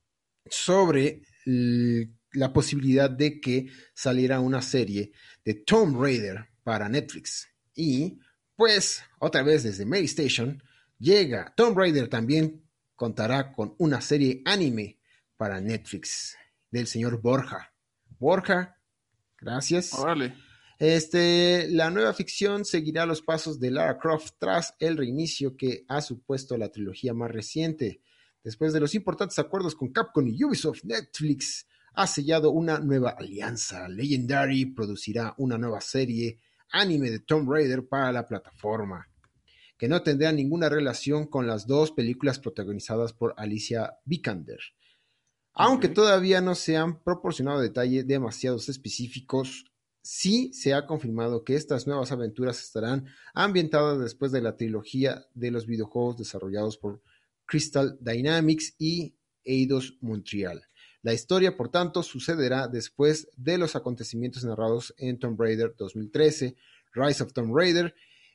sobre l- la posibilidad de que saliera una serie de Tomb Raider para Netflix. Y pues otra vez desde Mary Station llega Tomb Raider, también contará con una serie anime para Netflix del señor Borja. Borja, gracias. Órale. Este, la nueva ficción seguirá los pasos de Lara Croft tras el reinicio que ha supuesto la trilogía más reciente. Después de los importantes acuerdos con Capcom y Ubisoft, Netflix ha sellado una nueva alianza. Legendary producirá una nueva serie anime de Tomb Raider para la plataforma, que no tendrá ninguna relación con las dos películas protagonizadas por Alicia Vikander. Aunque Ok. todavía no se han proporcionado detalles demasiados específicos, sí se ha confirmado que estas nuevas aventuras estarán ambientadas después de la trilogía de los videojuegos desarrollados por Crystal Dynamics y Eidos Montreal. La historia, por tanto, sucederá después de los acontecimientos narrados en Tomb Raider dos mil trece, Rise of Tomb Raider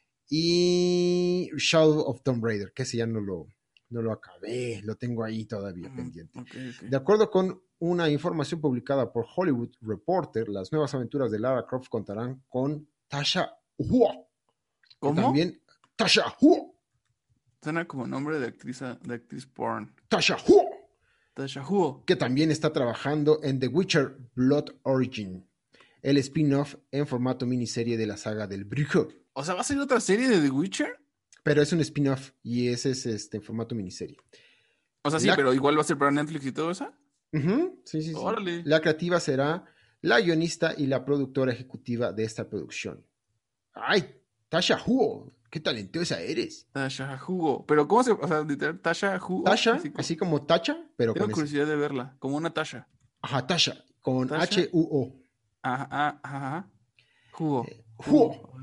y Shadow of Tomb Raider, que ese ya no lo, no lo acabé, lo tengo ahí todavía Mm, pendiente. ok, ok. De acuerdo con una información publicada por Hollywood Reporter, las nuevas aventuras de Lara Croft contarán con Tasha Huo, que ¿Cómo? también Tasha Huo, Suena como nombre de actriz, de actriz porn. Tasha Huo, Tasha Huo. que también está trabajando en The Witcher Blood Origin, el spin-off en formato miniserie de la saga del Brujo. O sea, ¿va a ser otra serie de The Witcher? Pero es un spin-off y ese es este en formato miniserie. O sea, sí, La- pero igual va a ser para Netflix y todo eso. Ujú, sí, sí, sí. Órale. La creativa será la guionista y la productora ejecutiva de esta producción. ¡Ay! Tasha Huo, qué talentosa eres. Tasha Hugo. Pero ¿cómo se...? O sea, literal, Tasha Hugo. Tasha, Así como- así como Tacha, pero Tengo con ese. curiosidad de verla. Como una Tasha. Ajá, Tasha, con Tasha. H U O. Ajá, ajá, ajá. Hugo. Huo.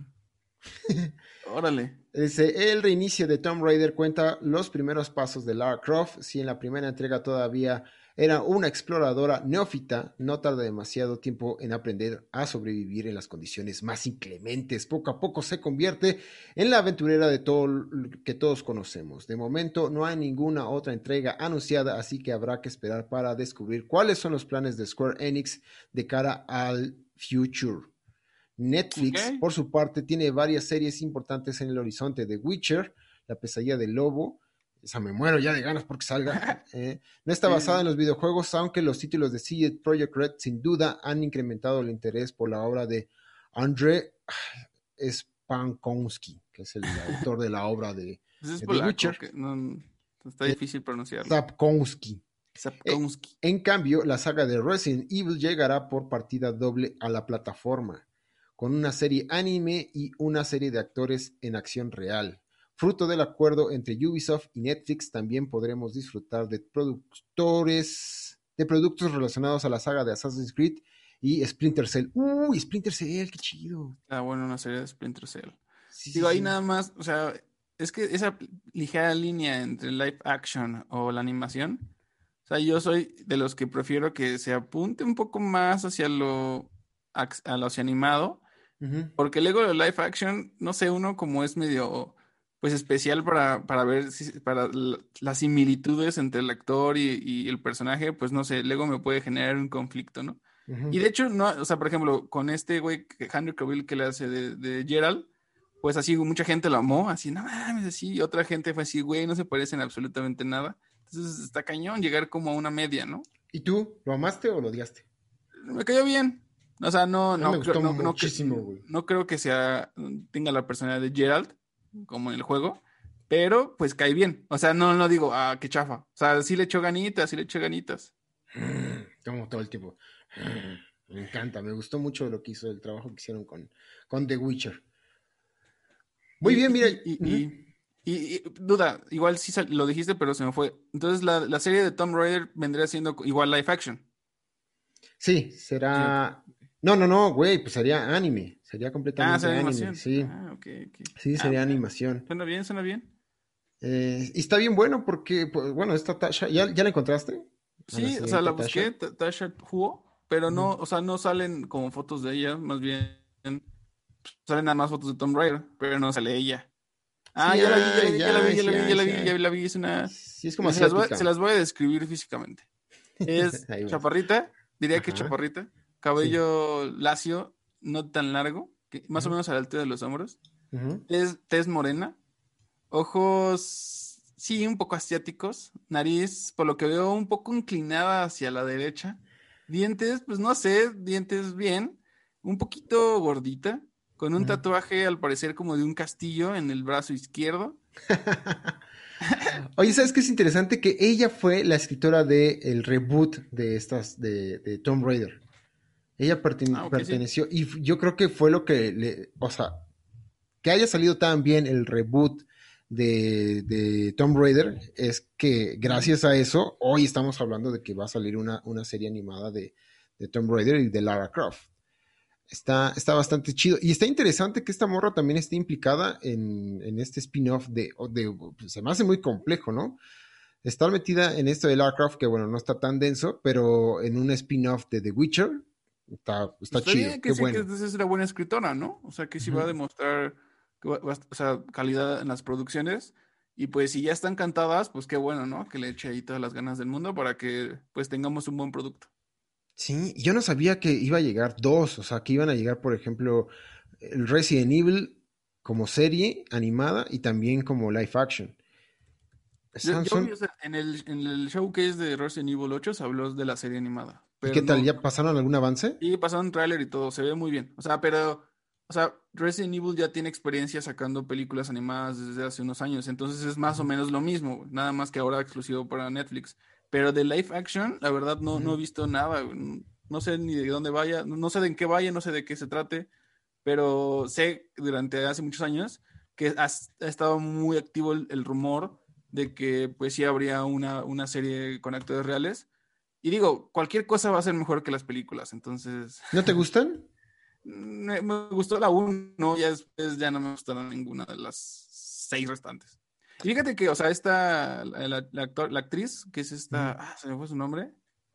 Órale. Dice, el reinicio de Tomb Raider cuenta los primeros pasos de Lara Croft. Si en la primera entrega todavía era una exploradora neófita, no tarda demasiado tiempo en aprender a sobrevivir en las condiciones más inclementes. Poco a poco se convierte en la aventurera de todo que todos conocemos. De momento no hay ninguna otra entrega anunciada, así que habrá que esperar para descubrir cuáles son los planes de Square Enix de cara al future. Netflix, Ok. por su parte, tiene varias series importantes en el horizonte. The Witcher, La pesadilla del lobo, esa me muero ya de ganas porque salga. Eh, no está Sí, basada sí. en los videojuegos, aunque los títulos de C D Projekt Red sin duda han incrementado el interés por la obra de Andrzej Spankowski, que es el autor de la obra de, Pues es de The polaco. Witcher. Que no, está Eh, difícil pronunciarlo. Sapkowski. Sapkowski. En cambio, la saga de Resident Evil llegará por partida doble a la plataforma, con una serie anime y una serie de actores en acción real. Fruto del acuerdo entre Ubisoft y Netflix, también podremos disfrutar de productores, de productos relacionados a la saga de Assassin's Creed y Splinter Cell. ¡Uy, Splinter Cell! ¡Qué chido! Ah, bueno, una serie de Splinter Cell. Sí, Digo, sí, ahí sí. nada más, o sea, es que esa ligera línea entre live action o la animación, o sea, yo soy de los que prefiero que se apunte un poco más hacia lo, ax- a lo hacia animado, Ujú. porque luego lo live action, no sé, uno como es medio, pues especial para, para ver si, para l- las similitudes entre el actor y, y el personaje, pues no sé, luego me puede generar un conflicto, ¿no? Ujú. Y de hecho, no, o sea, por ejemplo, con este güey, que- Henry Cavill que le hace de, de Geralt, pues así mucha gente lo amó, así, no mames, así, y otra gente fue así, güey, no se parecen absolutamente nada. Entonces está cañón llegar como a una media, ¿no? ¿Y tú? ¿Lo amaste o lo odiaste? Me cayó bien. O sea, no, A mí me no, creo, gustó no, no, cre- muchísimo, güey. no creo que sea, tenga la personalidad de Geralt, como en el juego, pero pues cae bien. O sea, no, no digo, ah, qué chafa. O sea, sí le echó ganitas, sí le echó ganitas. Como todo el tiempo. Me encanta, me gustó mucho lo que hizo, el trabajo que hicieron con, con The Witcher. Muy Y, bien, y, mira. y, Ujú. y, y- y- duda, igual sí sal- lo dijiste, pero se me fue. Entonces la, la serie de Tomb Raider vendría siendo igual live action. Sí, Sí, será. ok. No, no, no, güey, pues sería anime. Sería Ah, completamente es anime. animación. Sí, Ah, ok, ok. sí, Ah, sería mira, animación. suena bien, suena bien. Eh, y está bien bueno porque, pues, bueno, esta Tasha, ¿ya, ya la encontraste? A la Sí, o sea, la señorita busqué, Tasha. Ta- Tasha Huo, pero Ujú. no, o sea, no salen como fotos de ella, más bien salen nada más fotos de Tomb Raider, pero no sale ella. Ah, Sí ya la vi, ya la hay, vi, ya la ya vi, hay, ya la sí vi, ya hay, la sí vi, ya hay. la vi, es una... Sí, es como Se las voy, se asiática. las voy a describir físicamente. Es Ahí vas. chaparrita, diría que Ajá, chaparrita, sí. cabello lacio, no tan largo, que más o Ujú, menos a la altura de los hombros, ujú. tez, tez morena, ojos, sí, un poco asiáticos, nariz, por lo que veo, un poco inclinada hacia la derecha, dientes, pues no sé, dientes bien, un poquito gordita, con un Ujú. tatuaje al parecer como de un castillo en el brazo izquierdo. Oye, ¿sabes qué es interesante? Que ella fue la escritora de el reboot de estas, de, de Tomb Raider. Ella Ah, pertene- ok, sí. perteneció, y f- yo creo que fue lo que le, o sea, que haya salido tan bien el reboot de, de Tomb Raider, es que Ujú. gracias a eso, hoy estamos hablando de que va a salir una, una serie animada de, de Tomb Raider y de Lara Croft. Está, está bastante chido. Y está interesante que esta morra también esté implicada en, en este spin-off de, de, pues, se me hace muy complejo, ¿no? Estar metida en esto de Lara Croft, que bueno, no está tan denso, pero en un spin-off de The Witcher, está, Pues está está chido, bien qué que sí, que bueno. es una buena escritora, ¿no? O sea, que sí va a Ujú. demostrar que va- va- o sea, calidad en las producciones. Y pues si ya están cantadas, pues qué bueno, ¿no? Que le eche ahí todas las ganas del mundo para que pues tengamos un buen producto. Sí, yo no sabía que iba a llegar dos, o sea, que iban a llegar, por ejemplo, el Resident Evil como serie animada y también como live action. Yo, Están, yo vi, son, o sea, en el, en el showcase de Resident Evil ocho se habló de la serie animada, ¿y qué pero tal? no, ¿Ya pasaron algún avance? y pasaron un tráiler y todo, se ve muy bien. O sea, pero, o sea, Resident Evil ya tiene experiencia sacando películas animadas desde hace unos años, entonces es más o Ujú, menos lo mismo, güey, nada más que ahora exclusivo para Netflix. Pero de live action, la verdad no, no he ujú. visto nada, güey. No sé ni de dónde vaya, no no sé de en qué vaya, no sé de qué se trate, pero sé que durante hace muchos años que has- ha estado muy activo el, el rumor de que pues sí habría una, una serie con actores reales. Y digo, cualquier cosa va a ser mejor que las películas, entonces ¿No te gustan? me, me gustó la uno, ya después ya no me gustaron ninguna de las seis restantes. Y fíjate que, o sea, esta, la, la- la actor- la actriz, que es esta, Ujú. ah, se me fue su nombre,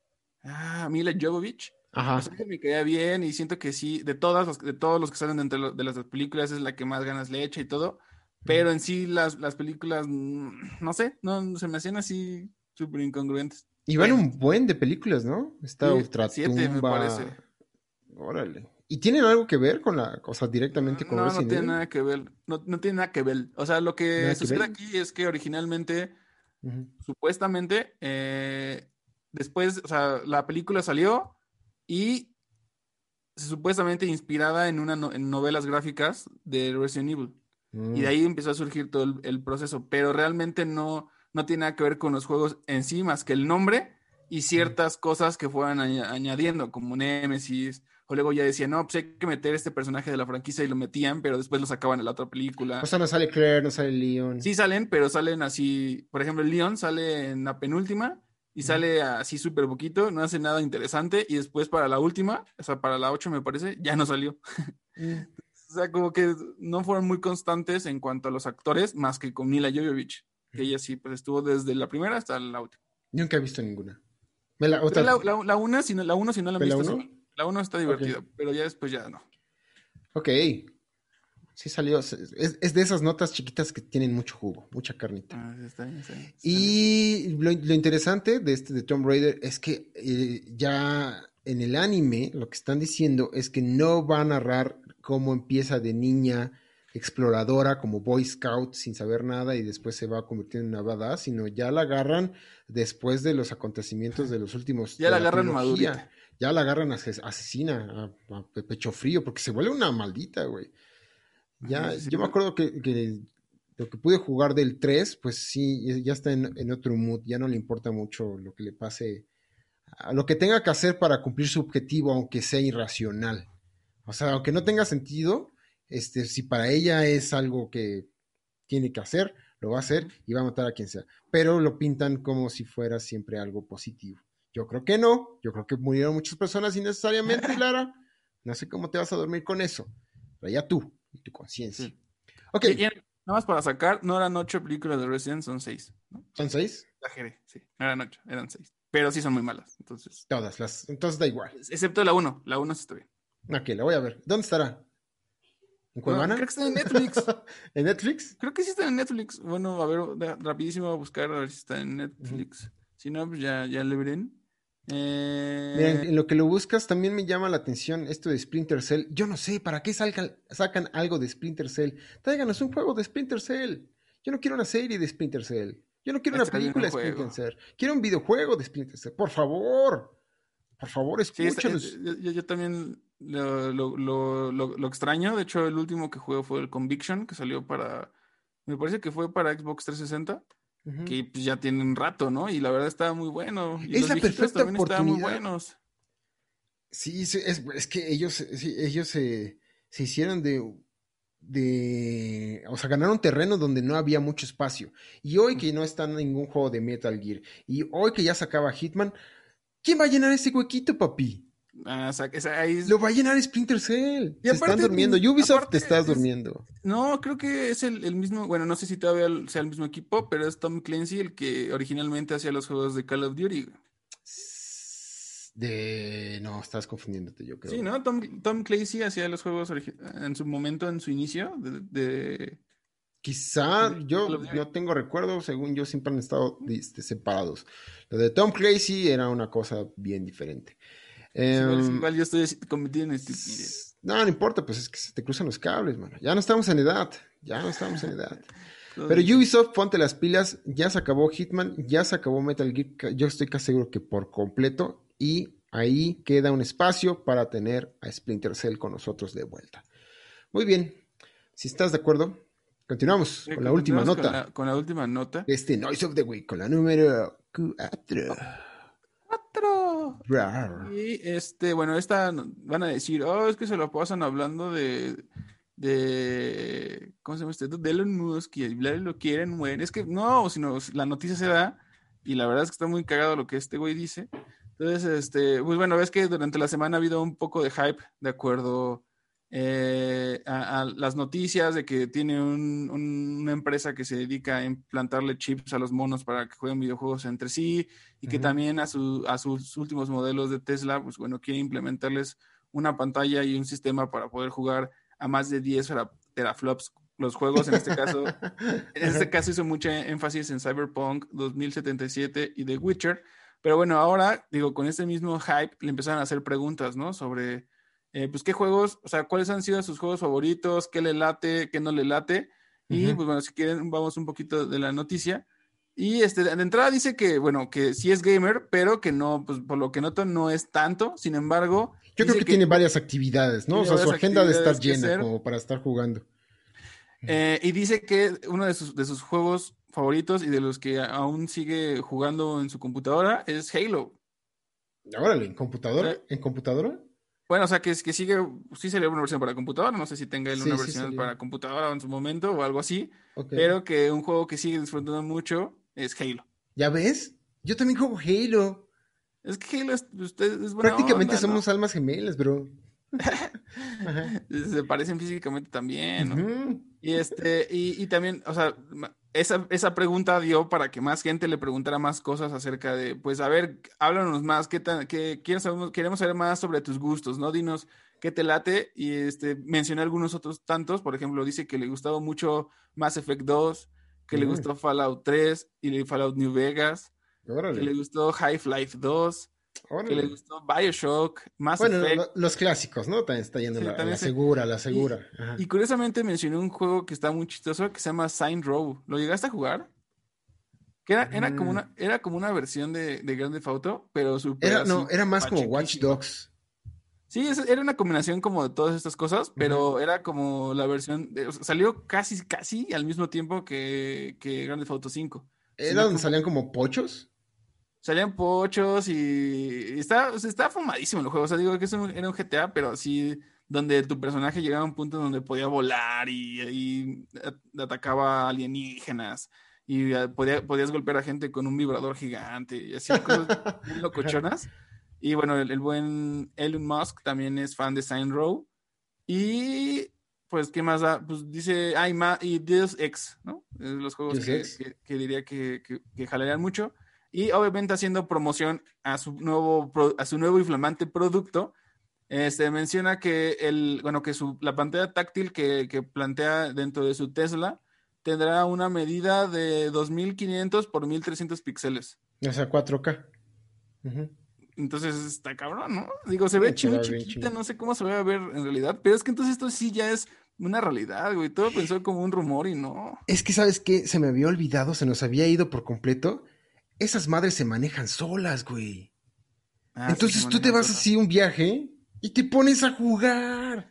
ah, Mila Jovovich, o Ajá. sea, que me caía bien y siento que sí, de todas los, de todos los que salen de, entre lo- de las películas es la que más ganas le echa y todo, Ujú. pero en sí las, las películas, mm, no sé, no, se me hacían así súper incongruentes. Y van Bueno, un buen de películas, ¿no? Está sí, siete me Ultratumba. parece. Órale. ¿Y tienen algo que ver con la, o sea, directamente con No, no Resident tiene Evil? nada que ver. No, no tiene nada que ver. O sea, lo que Nada que sucede ver. aquí es que originalmente, Ujú. supuestamente, eh, después, o sea, la película salió y supuestamente inspirada en una no- en novelas gráficas de Resident Evil. Y de Mm, ahí empezó a surgir todo el, el proceso, pero realmente no, no tiene nada que ver con los juegos en sí, más que el nombre y mm. ciertas cosas que fueran añ- añadiendo, como Nemesis, o luego ya decían, no, pues hay que meter este personaje de la franquicia y lo metían, pero después lo sacaban en la otra O película. sea, no sale Claire, no sale Leon. Sí salen, pero salen así, por ejemplo, el Leon sale en la penúltima y Ujú. sale así súper poquito, no hace nada interesante, y después para la última, o sea, para la ocho me parece, ya no salió. Mm. O sea, como que no fueron muy constantes en cuanto a los actores, más que con Mila Jovovich, que Ujú. ella sí, pues estuvo desde la primera hasta la última. Nunca he visto ninguna. ¿Me la, Pero otra, la, la, la una, si no, la uno, si no la han ¿ve la visto, sí uno? vale. La uno está Ok. divertida, pero ya después ya no. Ok. Sí salió. Es, es de esas notas chiquitas que tienen mucho jugo, mucha carnita. Ah, sí, está bien, está bien. Está bien. Y lo, lo interesante de este de Tomb Raider es que eh, ya en el anime lo que están diciendo es que no va a narrar cómo empieza de niña exploradora como Boy Scout sin saber nada y después se va convirtiendo en una badass, sino ya la agarran después de los acontecimientos de los últimos Ya de la la agarran trilogía. madurita. Ya la agarran ases- asesina a, a pecho frío porque se vuelve una maldita, güey. Sí, Ya, sí, sí. yo me acuerdo que, que lo que pude jugar del tres pues sí, ya está en, en otro mood, ya no le importa mucho lo que le pase, a lo que tenga que hacer para cumplir su objetivo, aunque sea irracional. O sea, aunque no tenga sentido, este, si para ella es algo que tiene que hacer, lo va a hacer Ujú. y va a matar a quien sea. Pero lo pintan como si fuera siempre algo positivo. Yo creo que no, yo creo que murieron muchas personas innecesariamente, Lara. No sé cómo te vas a dormir con eso. Pero ya tú y tu conciencia. Sí. Ok, Y, y nada más para sacar, no eran ocho películas de Resident, son seis, ¿no? ¿son seis? Exageré, sí. No eran ocho, eran seis. Pero sí son muy malas, entonces. Todas las. Entonces da igual. Excepto la uno, la uno sí está bien. Ok, la voy a ver. ¿Dónde estará? ¿En No, creo que Cuevana? está en Netflix. ¿En Netflix? Creo que sí está en Netflix. Bueno, a ver, de- rapidísimo a buscar a ver si está en Ujú. Netflix. Si no, pues ya, ya le verán. Eh... Mira, en, en lo que lo buscas también me llama la atención esto de Splinter Cell. Yo no sé, ¿para qué salgan, sacan algo de Splinter Cell? Tráiganos un juego de Splinter Cell. Yo no quiero una serie de Splinter Cell. Yo no quiero una Está bien película un de Splinter juego. Cell. Quiero un videojuego de Splinter Cell. Por favor. Por favor, Sí, está- es- escúchanos. yo, yo también lo, lo, lo, lo, lo extraño. De hecho, el último que jugué fue el Conviction, que salió para, me parece que fue para Xbox trescientos sesenta, Ujú. que pues, ya tiene un rato, ¿no? Y la verdad estaba muy bueno. Y Es los la viejitos perfecta también estaban muy oportunidad. buenos. Sí, sí, es, es que ellos, sí, ellos se, se hicieron de, de, o sea, ganaron terreno donde no había mucho espacio. Y hoy que no está en ningún juego de Metal Gear, y hoy que ya sacaba Hitman, ¿quién va a llenar ese huequito, papi? Ah, o sea, que esa- ahí es- Lo va a llenar Splinter Cell. Y Se están aparte, durmiendo. ni- Ubisoft, te aparte estás es, durmiendo. no, creo que es el, el mismo, bueno, no sé si todavía sea el mismo equipo, pero es Tom Clancy el que originalmente hacía los juegos de Call of Duty. De... No, estás confundiéndote, yo Sí, creo. ¿no? Tom, Tom Clancy hacía los juegos origi- en su momento, en su inicio, de, de- Quizá de Call yo of Duty. no tengo recuerdo, según yo siempre han estado este, separados. Lo de Tom Clancy era una cosa bien diferente. Es igual, es Em, igual yo estoy así cometiendo en estupidez. no, no importa, pues es que se te cruzan los cables, mano. Ya no estamos en edad, ya no estamos en edad. Todo Pero dice. Ubisoft, ponte las pilas, ya se acabó Hitman, ya se acabó Metal Gear, ca- yo estoy casi seguro que por completo, y ahí queda un espacio para tener a Splinter Cell con nosotros de vuelta. Muy bien, si estás de acuerdo, continuamos Eh, con la última continuamos con nota la, con la última nota. de este Noise of the Week, con la número cuatro. ¡Cuatro! Rar. Y este, bueno, esta no- van a decir, oh, es que se lo pasan hablando de, de, ¿cómo se llama este? De Elon Musk y bla, lo quieren, mueren. Es que no, sino la noticia se da y la verdad es que está muy cagado lo que este güey dice. Entonces, este, pues bueno, ves que durante la semana ha habido un poco de hype de acuerdo eh, a, a las noticias de que tiene un- un- una empresa que se dedica a implantarle chips a los monos para que jueguen videojuegos entre sí y que Ujú. también a, su, a sus últimos modelos de Tesla, pues bueno, quiere implementarles una pantalla y un sistema para poder jugar a más de diez tera- teraflops los juegos. En este caso, en este caso hizo mucho énfasis en Cyberpunk dos mil setenta y siete y The Witcher. Pero bueno, ahora, digo, con este mismo hype, le empezaron a hacer preguntas, ¿no? Sobre, eh, pues, qué juegos, o sea, cuáles han sido sus juegos favoritos, qué le late, qué no le late. Y, Ujú. pues, bueno, si quieren, vamos un poquito de la noticia. Y, este, de entrada dice que, bueno, que sí es gamer, pero que no, pues, por lo que noto, no es tanto. Sin embargo, Yo creo dice que que tiene varias actividades, ¿no? O tiene sea, su varias agenda de estar actividades que llena hacer. como para estar jugando. Eh, y dice que uno de sus, de sus juegos favoritos y de los que aún sigue jugando en su computadora es Halo. Órale, ¿en O computadora? sea, ¿En computadora? bueno, o sea, que, es- que sigue, sí salió una versión para computadora, no sé si tenga él una Sí, sí versión salió. para computadora en su momento o algo así, Ok. pero que un juego que sigue disfrutando mucho es Halo. ¿Ya ves? Yo también juego Halo. Es que Halo es, usted es buena Prácticamente onda, ¿no? somos almas gemelas, bro. Ajá. Se parecen físicamente también, ¿no? Ujú. Y este, y, y también, o sea, ma- esa, esa pregunta dio para que más gente le preguntara más cosas acerca de, pues, a ver, háblanos más, qué tan, qué, queremos saber, queremos saber más sobre tus gustos, ¿no? Dinos qué te late. Y este, mencioné algunos otros tantos, por ejemplo, dice que le gustaba mucho Mass Effect dos, que le Mm, gustó Fallout tres y le- Fallout New Vegas, que órale, le gustó Half-Life dos, que le órale. gustó BioShock, Mass Bueno, lo- Effect. lo- los clásicos, ¿no? También está yendo a Sí, la, a la también sé. segura, a la Y, segura. Ajá. y curiosamente mencioné un juego que está muy chistoso que se llama Saint Row. ¿Lo llegaste a jugar? Que era, era como Mm, una, era como una versión de, de Grand Theft Auto, pero súper Era, así no, era más como Watch pachequísima. Dogs. Sí, es- era una combinación como de todas estas cosas, Ujú. pero era como la versión, de- o sea, salió casi, casi al mismo tiempo que, que Grand Theft Auto cinco, Era sino que donde un salían poquito, como pochos. salían pochos y, y está, o sea, está fumadísimo el juego. O sea, digo que es un- era un G T A, pero así donde tu personaje llegaba a un punto donde podía volar y, y a- atacaba alienígenas y eh, podía, podías golpear a gente con un vibrador gigante y así cosas bien locochonas. Y bueno, el, el buen Elon Musk también es fan de Saint Row. Y pues, ¿qué más da? Pues dice, ay, ma, y Deus Ex, ¿no? Eh, Los juegos Deus que, Ex. que, que diría que, que, que jalarían mucho. Y obviamente haciendo promoción a su nuevo, pro- a su nuevo y flamante producto. Este menciona que el, bueno, que su, la pantalla táctil que, que plantea dentro de su Tesla tendrá una medida de dos mil quinientos por mil trescientos píxeles. O sea, cuatro K. Ujú. Entonces está cabrón, ¿no? Digo, se ve Sí, chi- muy será bien chiquita, chingón. no sé cómo se va a ver en realidad, pero es que entonces esto sí ya es una realidad, güey. Todo pensó como un rumor y no. Es que, ¿sabes qué? Se me había olvidado, se nos había ido por completo. Esas madres se manejan solas, güey. Ah, sí se Entonces tú te manejan vas solas. así un viaje y te pones a jugar.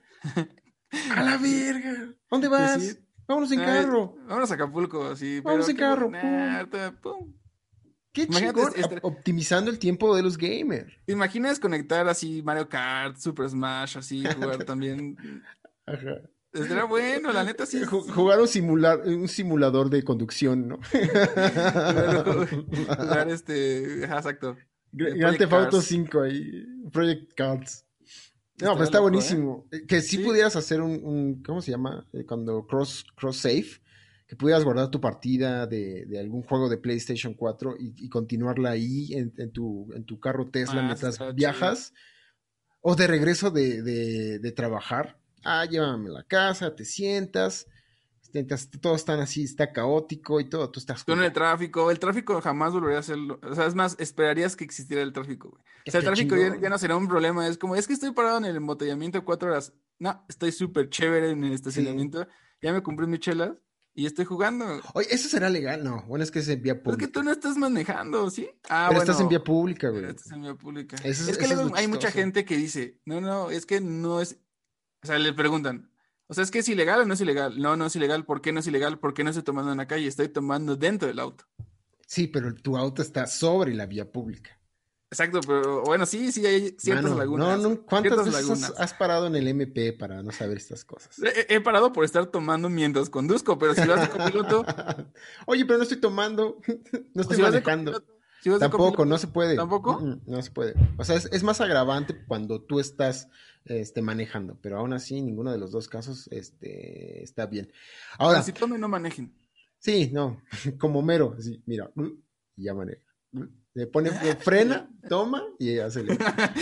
A la verga. ¿Dónde Pues sí. vas? Vámonos en Ay, carro. vámonos a Acapulco, sí, Vamos pero en qué bueno. carro. Nah, Pum. ahorita, pum. Qué Imagínate, chingón. est- Op- estar- optimizando el tiempo de los gamers. ¿te imaginas conectar así Mario Kart, Super Smash, así, jugar también? Ajá. Estaría bueno, la neta sí, Ju- sí. Jugar un, simular, un simulador de conducción, ¿no? Jugar, ju- jugar este, ajá, exacto. Gra- Eh, Grand Project Theft Auto Cars. cinco ahí. Project Cars. No, pero Estaría está loco, ¿eh? buenísimo. Eh, Que si Sí. pudieras hacer un, un- ¿cómo se llama? Eh, Cuando cross, cross save, que pudieras guardar tu partida de, de algún juego de PlayStation cuatro y, y continuarla ahí en, en tu, en tu carro Tesla Ah, sí, mientras estaría chido. viajas o de regreso de, de, de trabajar. Ah, llévame a la casa, te sientas, sientas, todos están así, está caótico y todo, tú estás Tú en el jugando. tráfico, el tráfico jamás volvería a ser, lo- o sea, es más, esperarías que existiera el tráfico, güey. O sea, el Qué tráfico ya, ya chingón. no será un problema, es como, es que estoy parado en el embotellamiento cuatro horas. No, estoy súper chévere en el Sí. estacionamiento, ya me compré mis chelas y estoy jugando. Oye, ¿eso será legal? No, bueno, es que es en vía Pero es que tú pública. no estás manejando, ¿sí? Ah, Pero estás en bueno, vía pública, pero güey. esto es en vía pública. Eso es, Es que eso es lo luego hay mucha chistoso. gente que dice, no, no, es que no es, o sea, le preguntan, o sea, ¿es que es ilegal o no es ilegal? No, no es ilegal, ¿por qué no es ilegal? ¿Por qué no estoy tomando en la calle? Estoy tomando dentro del auto. Sí, pero tu auto está sobre la vía pública. Exacto, pero bueno, sí, sí hay ciertas Mano, no, lagunas, güey, no, ¿cuántas ciertas veces has, lagunas. has parado en el M P para no saber estas cosas? He, he parado por estar tomando mientras conduzco, pero si vas de copiloto, Oye, pero no estoy tomando, no o estoy si vas de manejando. copiloto, si vas de Tampoco, no copiloto, se puede. Mm, ¿tampoco? mm, no se puede. O sea, es, es más agravante cuando tú estás este, manejando, pero aún así, ninguno de los dos casos este, está bien. Bueno, Ahora, si tomen, no manejen. sí, no, como mero, sí, mira, y ya maneja. Le pone, frena, toma y ya se le.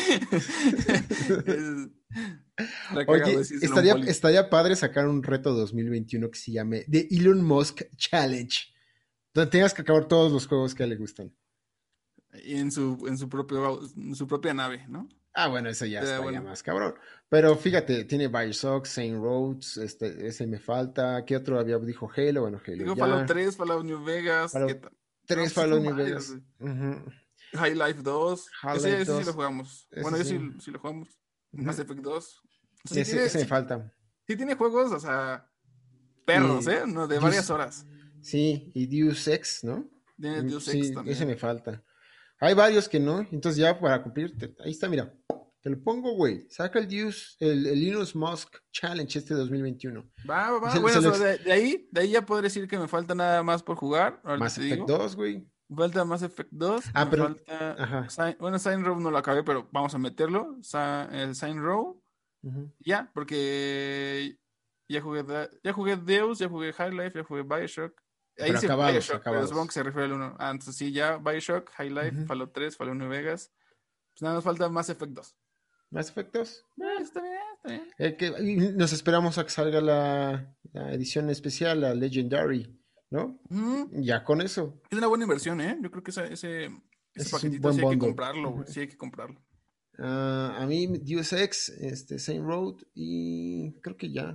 Es- Está cagado Oye, decírselo a un estaría, poli. estaría padre sacar un reto dos mil veintiuno que se llame The Elon Musk Challenge, donde tengas que acabar todos los juegos que a él le gustan. Y en su, en su propio, en su propia nave, ¿no? Ah, bueno, eso ya Estaría está ya bueno. más cabrón. Pero fíjate, tiene Bioshock, Saint Roads, este, ese me falta. ¿Qué otro había? Dijo Halo, bueno, Halo Digo Fallout ya. tres, Fallout New Vegas, ¿qué Fallout tal? No, tres, pues sí Fallout son New varios, Vegas. güey. Ujú. High Life dos, ese, Half-Life ese sí lo dos, jugamos. ese Bueno, yo sí. sí, sí lo jugamos. Mass Ujú. Effect dos. O sea, sí Ese, tiene, ese me sí, falta. sí tiene juegos, o sea, perros, Y ¿eh? No, de varias Deus, horas. sí, y Deus Ex, ¿no? Tiene Mm, Deus Ex sí, ese también. me falta. Hay varios que no, entonces ya para cumplir, te- ahí está, mira, te lo pongo, güey. Saca el Deus, el, el Linus Musk Challenge este dos mil veintiuno. Va, va, Y va. se, Bueno, se o lo sea, ex- de, de ahí, de ahí ya podré decir que me falta nada más por jugar. Ahorita Mass te Effect digo. dos, güey. Me falta Mass Effect dos, Ah, me pero, falta. ajá. Sign- bueno, Sign Row no lo acabé, pero vamos a meterlo. Sa- el Sign Row. Ujú. Ya, porque ya jugué, Da- ya jugué Deus, ya jugué High Life, ya jugué Bioshock. Ahí Pero dice acabados, Bioshock, pero supongo que acabados. se refiere al uno. Ah, entonces sí, ya Bioshock, High Life, Ujú. Fallout tres, Fallout New Vegas. Pues nada más falta Mass Effect dos. Mass Effect dos. Ah, está bien, está bien. Eh, que- y nos esperamos a que salga la, la edición especial, la Legendary, ¿no? Ujú. Ya con eso. Es una buena inversión, ¿eh? Yo creo que ese, ese, ese Ese es un paquetito buen sí hay que bundle. comprarlo, güey. Ujú. Sí hay que comprarlo. Ah, a mí, Deus Ex, este, Saint Road y creo que ya.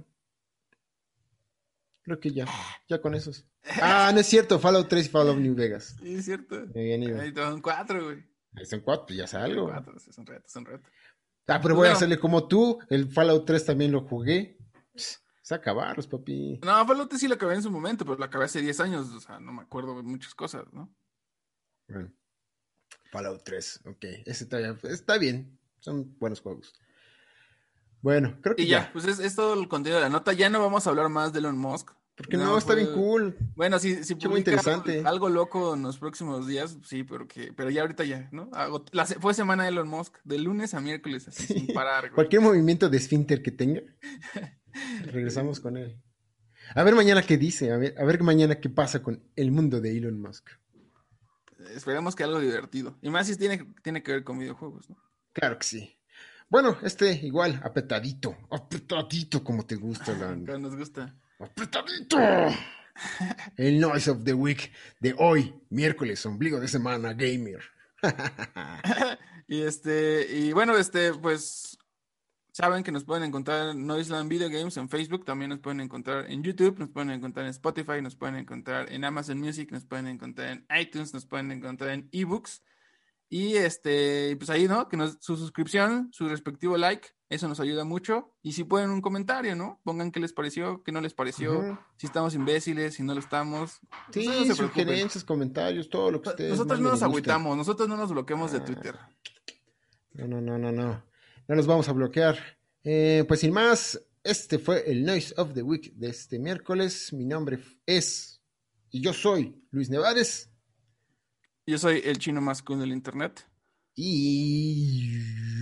Creo que ya. Ya con esos. Ah, no es cierto. Fallout tres y Fallout New Vegas. Sí, es cierto. Me habían ido. Ahí son cuatro, güey. Ahí son cuatro, pues ya Son salgo. cuatro, sí, son retos, son retos. Ah, pero Pues voy a bueno, hacerle como tú. El Fallout tres también lo jugué. Pss, es acabarlos, papi. no, Fallout sí lo acabé en su momento, pero lo acabé hace diez años, o sea, no me acuerdo de muchas cosas, ¿no? Bueno, Fallout tres, ok. Ese está, está bien. Son buenos juegos. Bueno, creo que Y ya, ya. pues es, es todo el contenido de la nota. Ya no vamos a hablar más de Elon Musk. Porque Nada no, más está bien fue. cool. Bueno, si, si Che, muy publica algo, interesante. algo loco en los próximos días, sí, pero que, pero ya ahorita ya, ¿no? Hago- la se- fue semana de Elon Musk, de lunes a miércoles, así, sin Sí. parar, güey. Cualquier movimiento de esfínter que tenga, regresamos con él. A ver mañana qué dice, a ver, a ver mañana qué pasa con el mundo de Elon Musk. Esperemos que algo divertido. Y más si tiene, tiene que ver con videojuegos, ¿no? Claro que sí. Bueno, este igual, apretadito, apretadito como te gusta, Que Lan. nos gusta. ¡Apretadito! El Noise of the Week de hoy, miércoles, ombligo de semana, gamer. Y este, y bueno, este, pues saben que nos pueden encontrar en Noiseland Video Games en Facebook, también nos pueden encontrar en YouTube, nos pueden encontrar en Spotify, nos pueden encontrar en Amazon Music, nos pueden encontrar en iTunes, nos pueden encontrar en eBooks. Y este, pues ahí, ¿no? Que nos, su suscripción, su respectivo like, eso nos ayuda mucho. Y si pueden un comentario, ¿no? Pongan qué les pareció, qué no les pareció, Ujú. si estamos imbéciles, si no lo estamos. Ustedes no Sí, se preocupen. sugerencias, comentarios, todo lo que ustedes Nosotros no manden y nos gusten. agüitamos, nosotros no nos bloqueamos de Ah, Twitter. no, no, no, no, no. No los vamos a bloquear. Eh, pues sin más, este fue el Noise of the Week de este miércoles. Mi nombre es, y yo soy Luis Nevares. Yo soy el chino más cool del internet. Y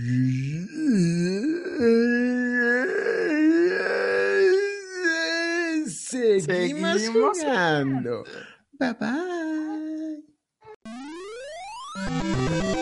seguimos, Seguimos jugando. Bye bye.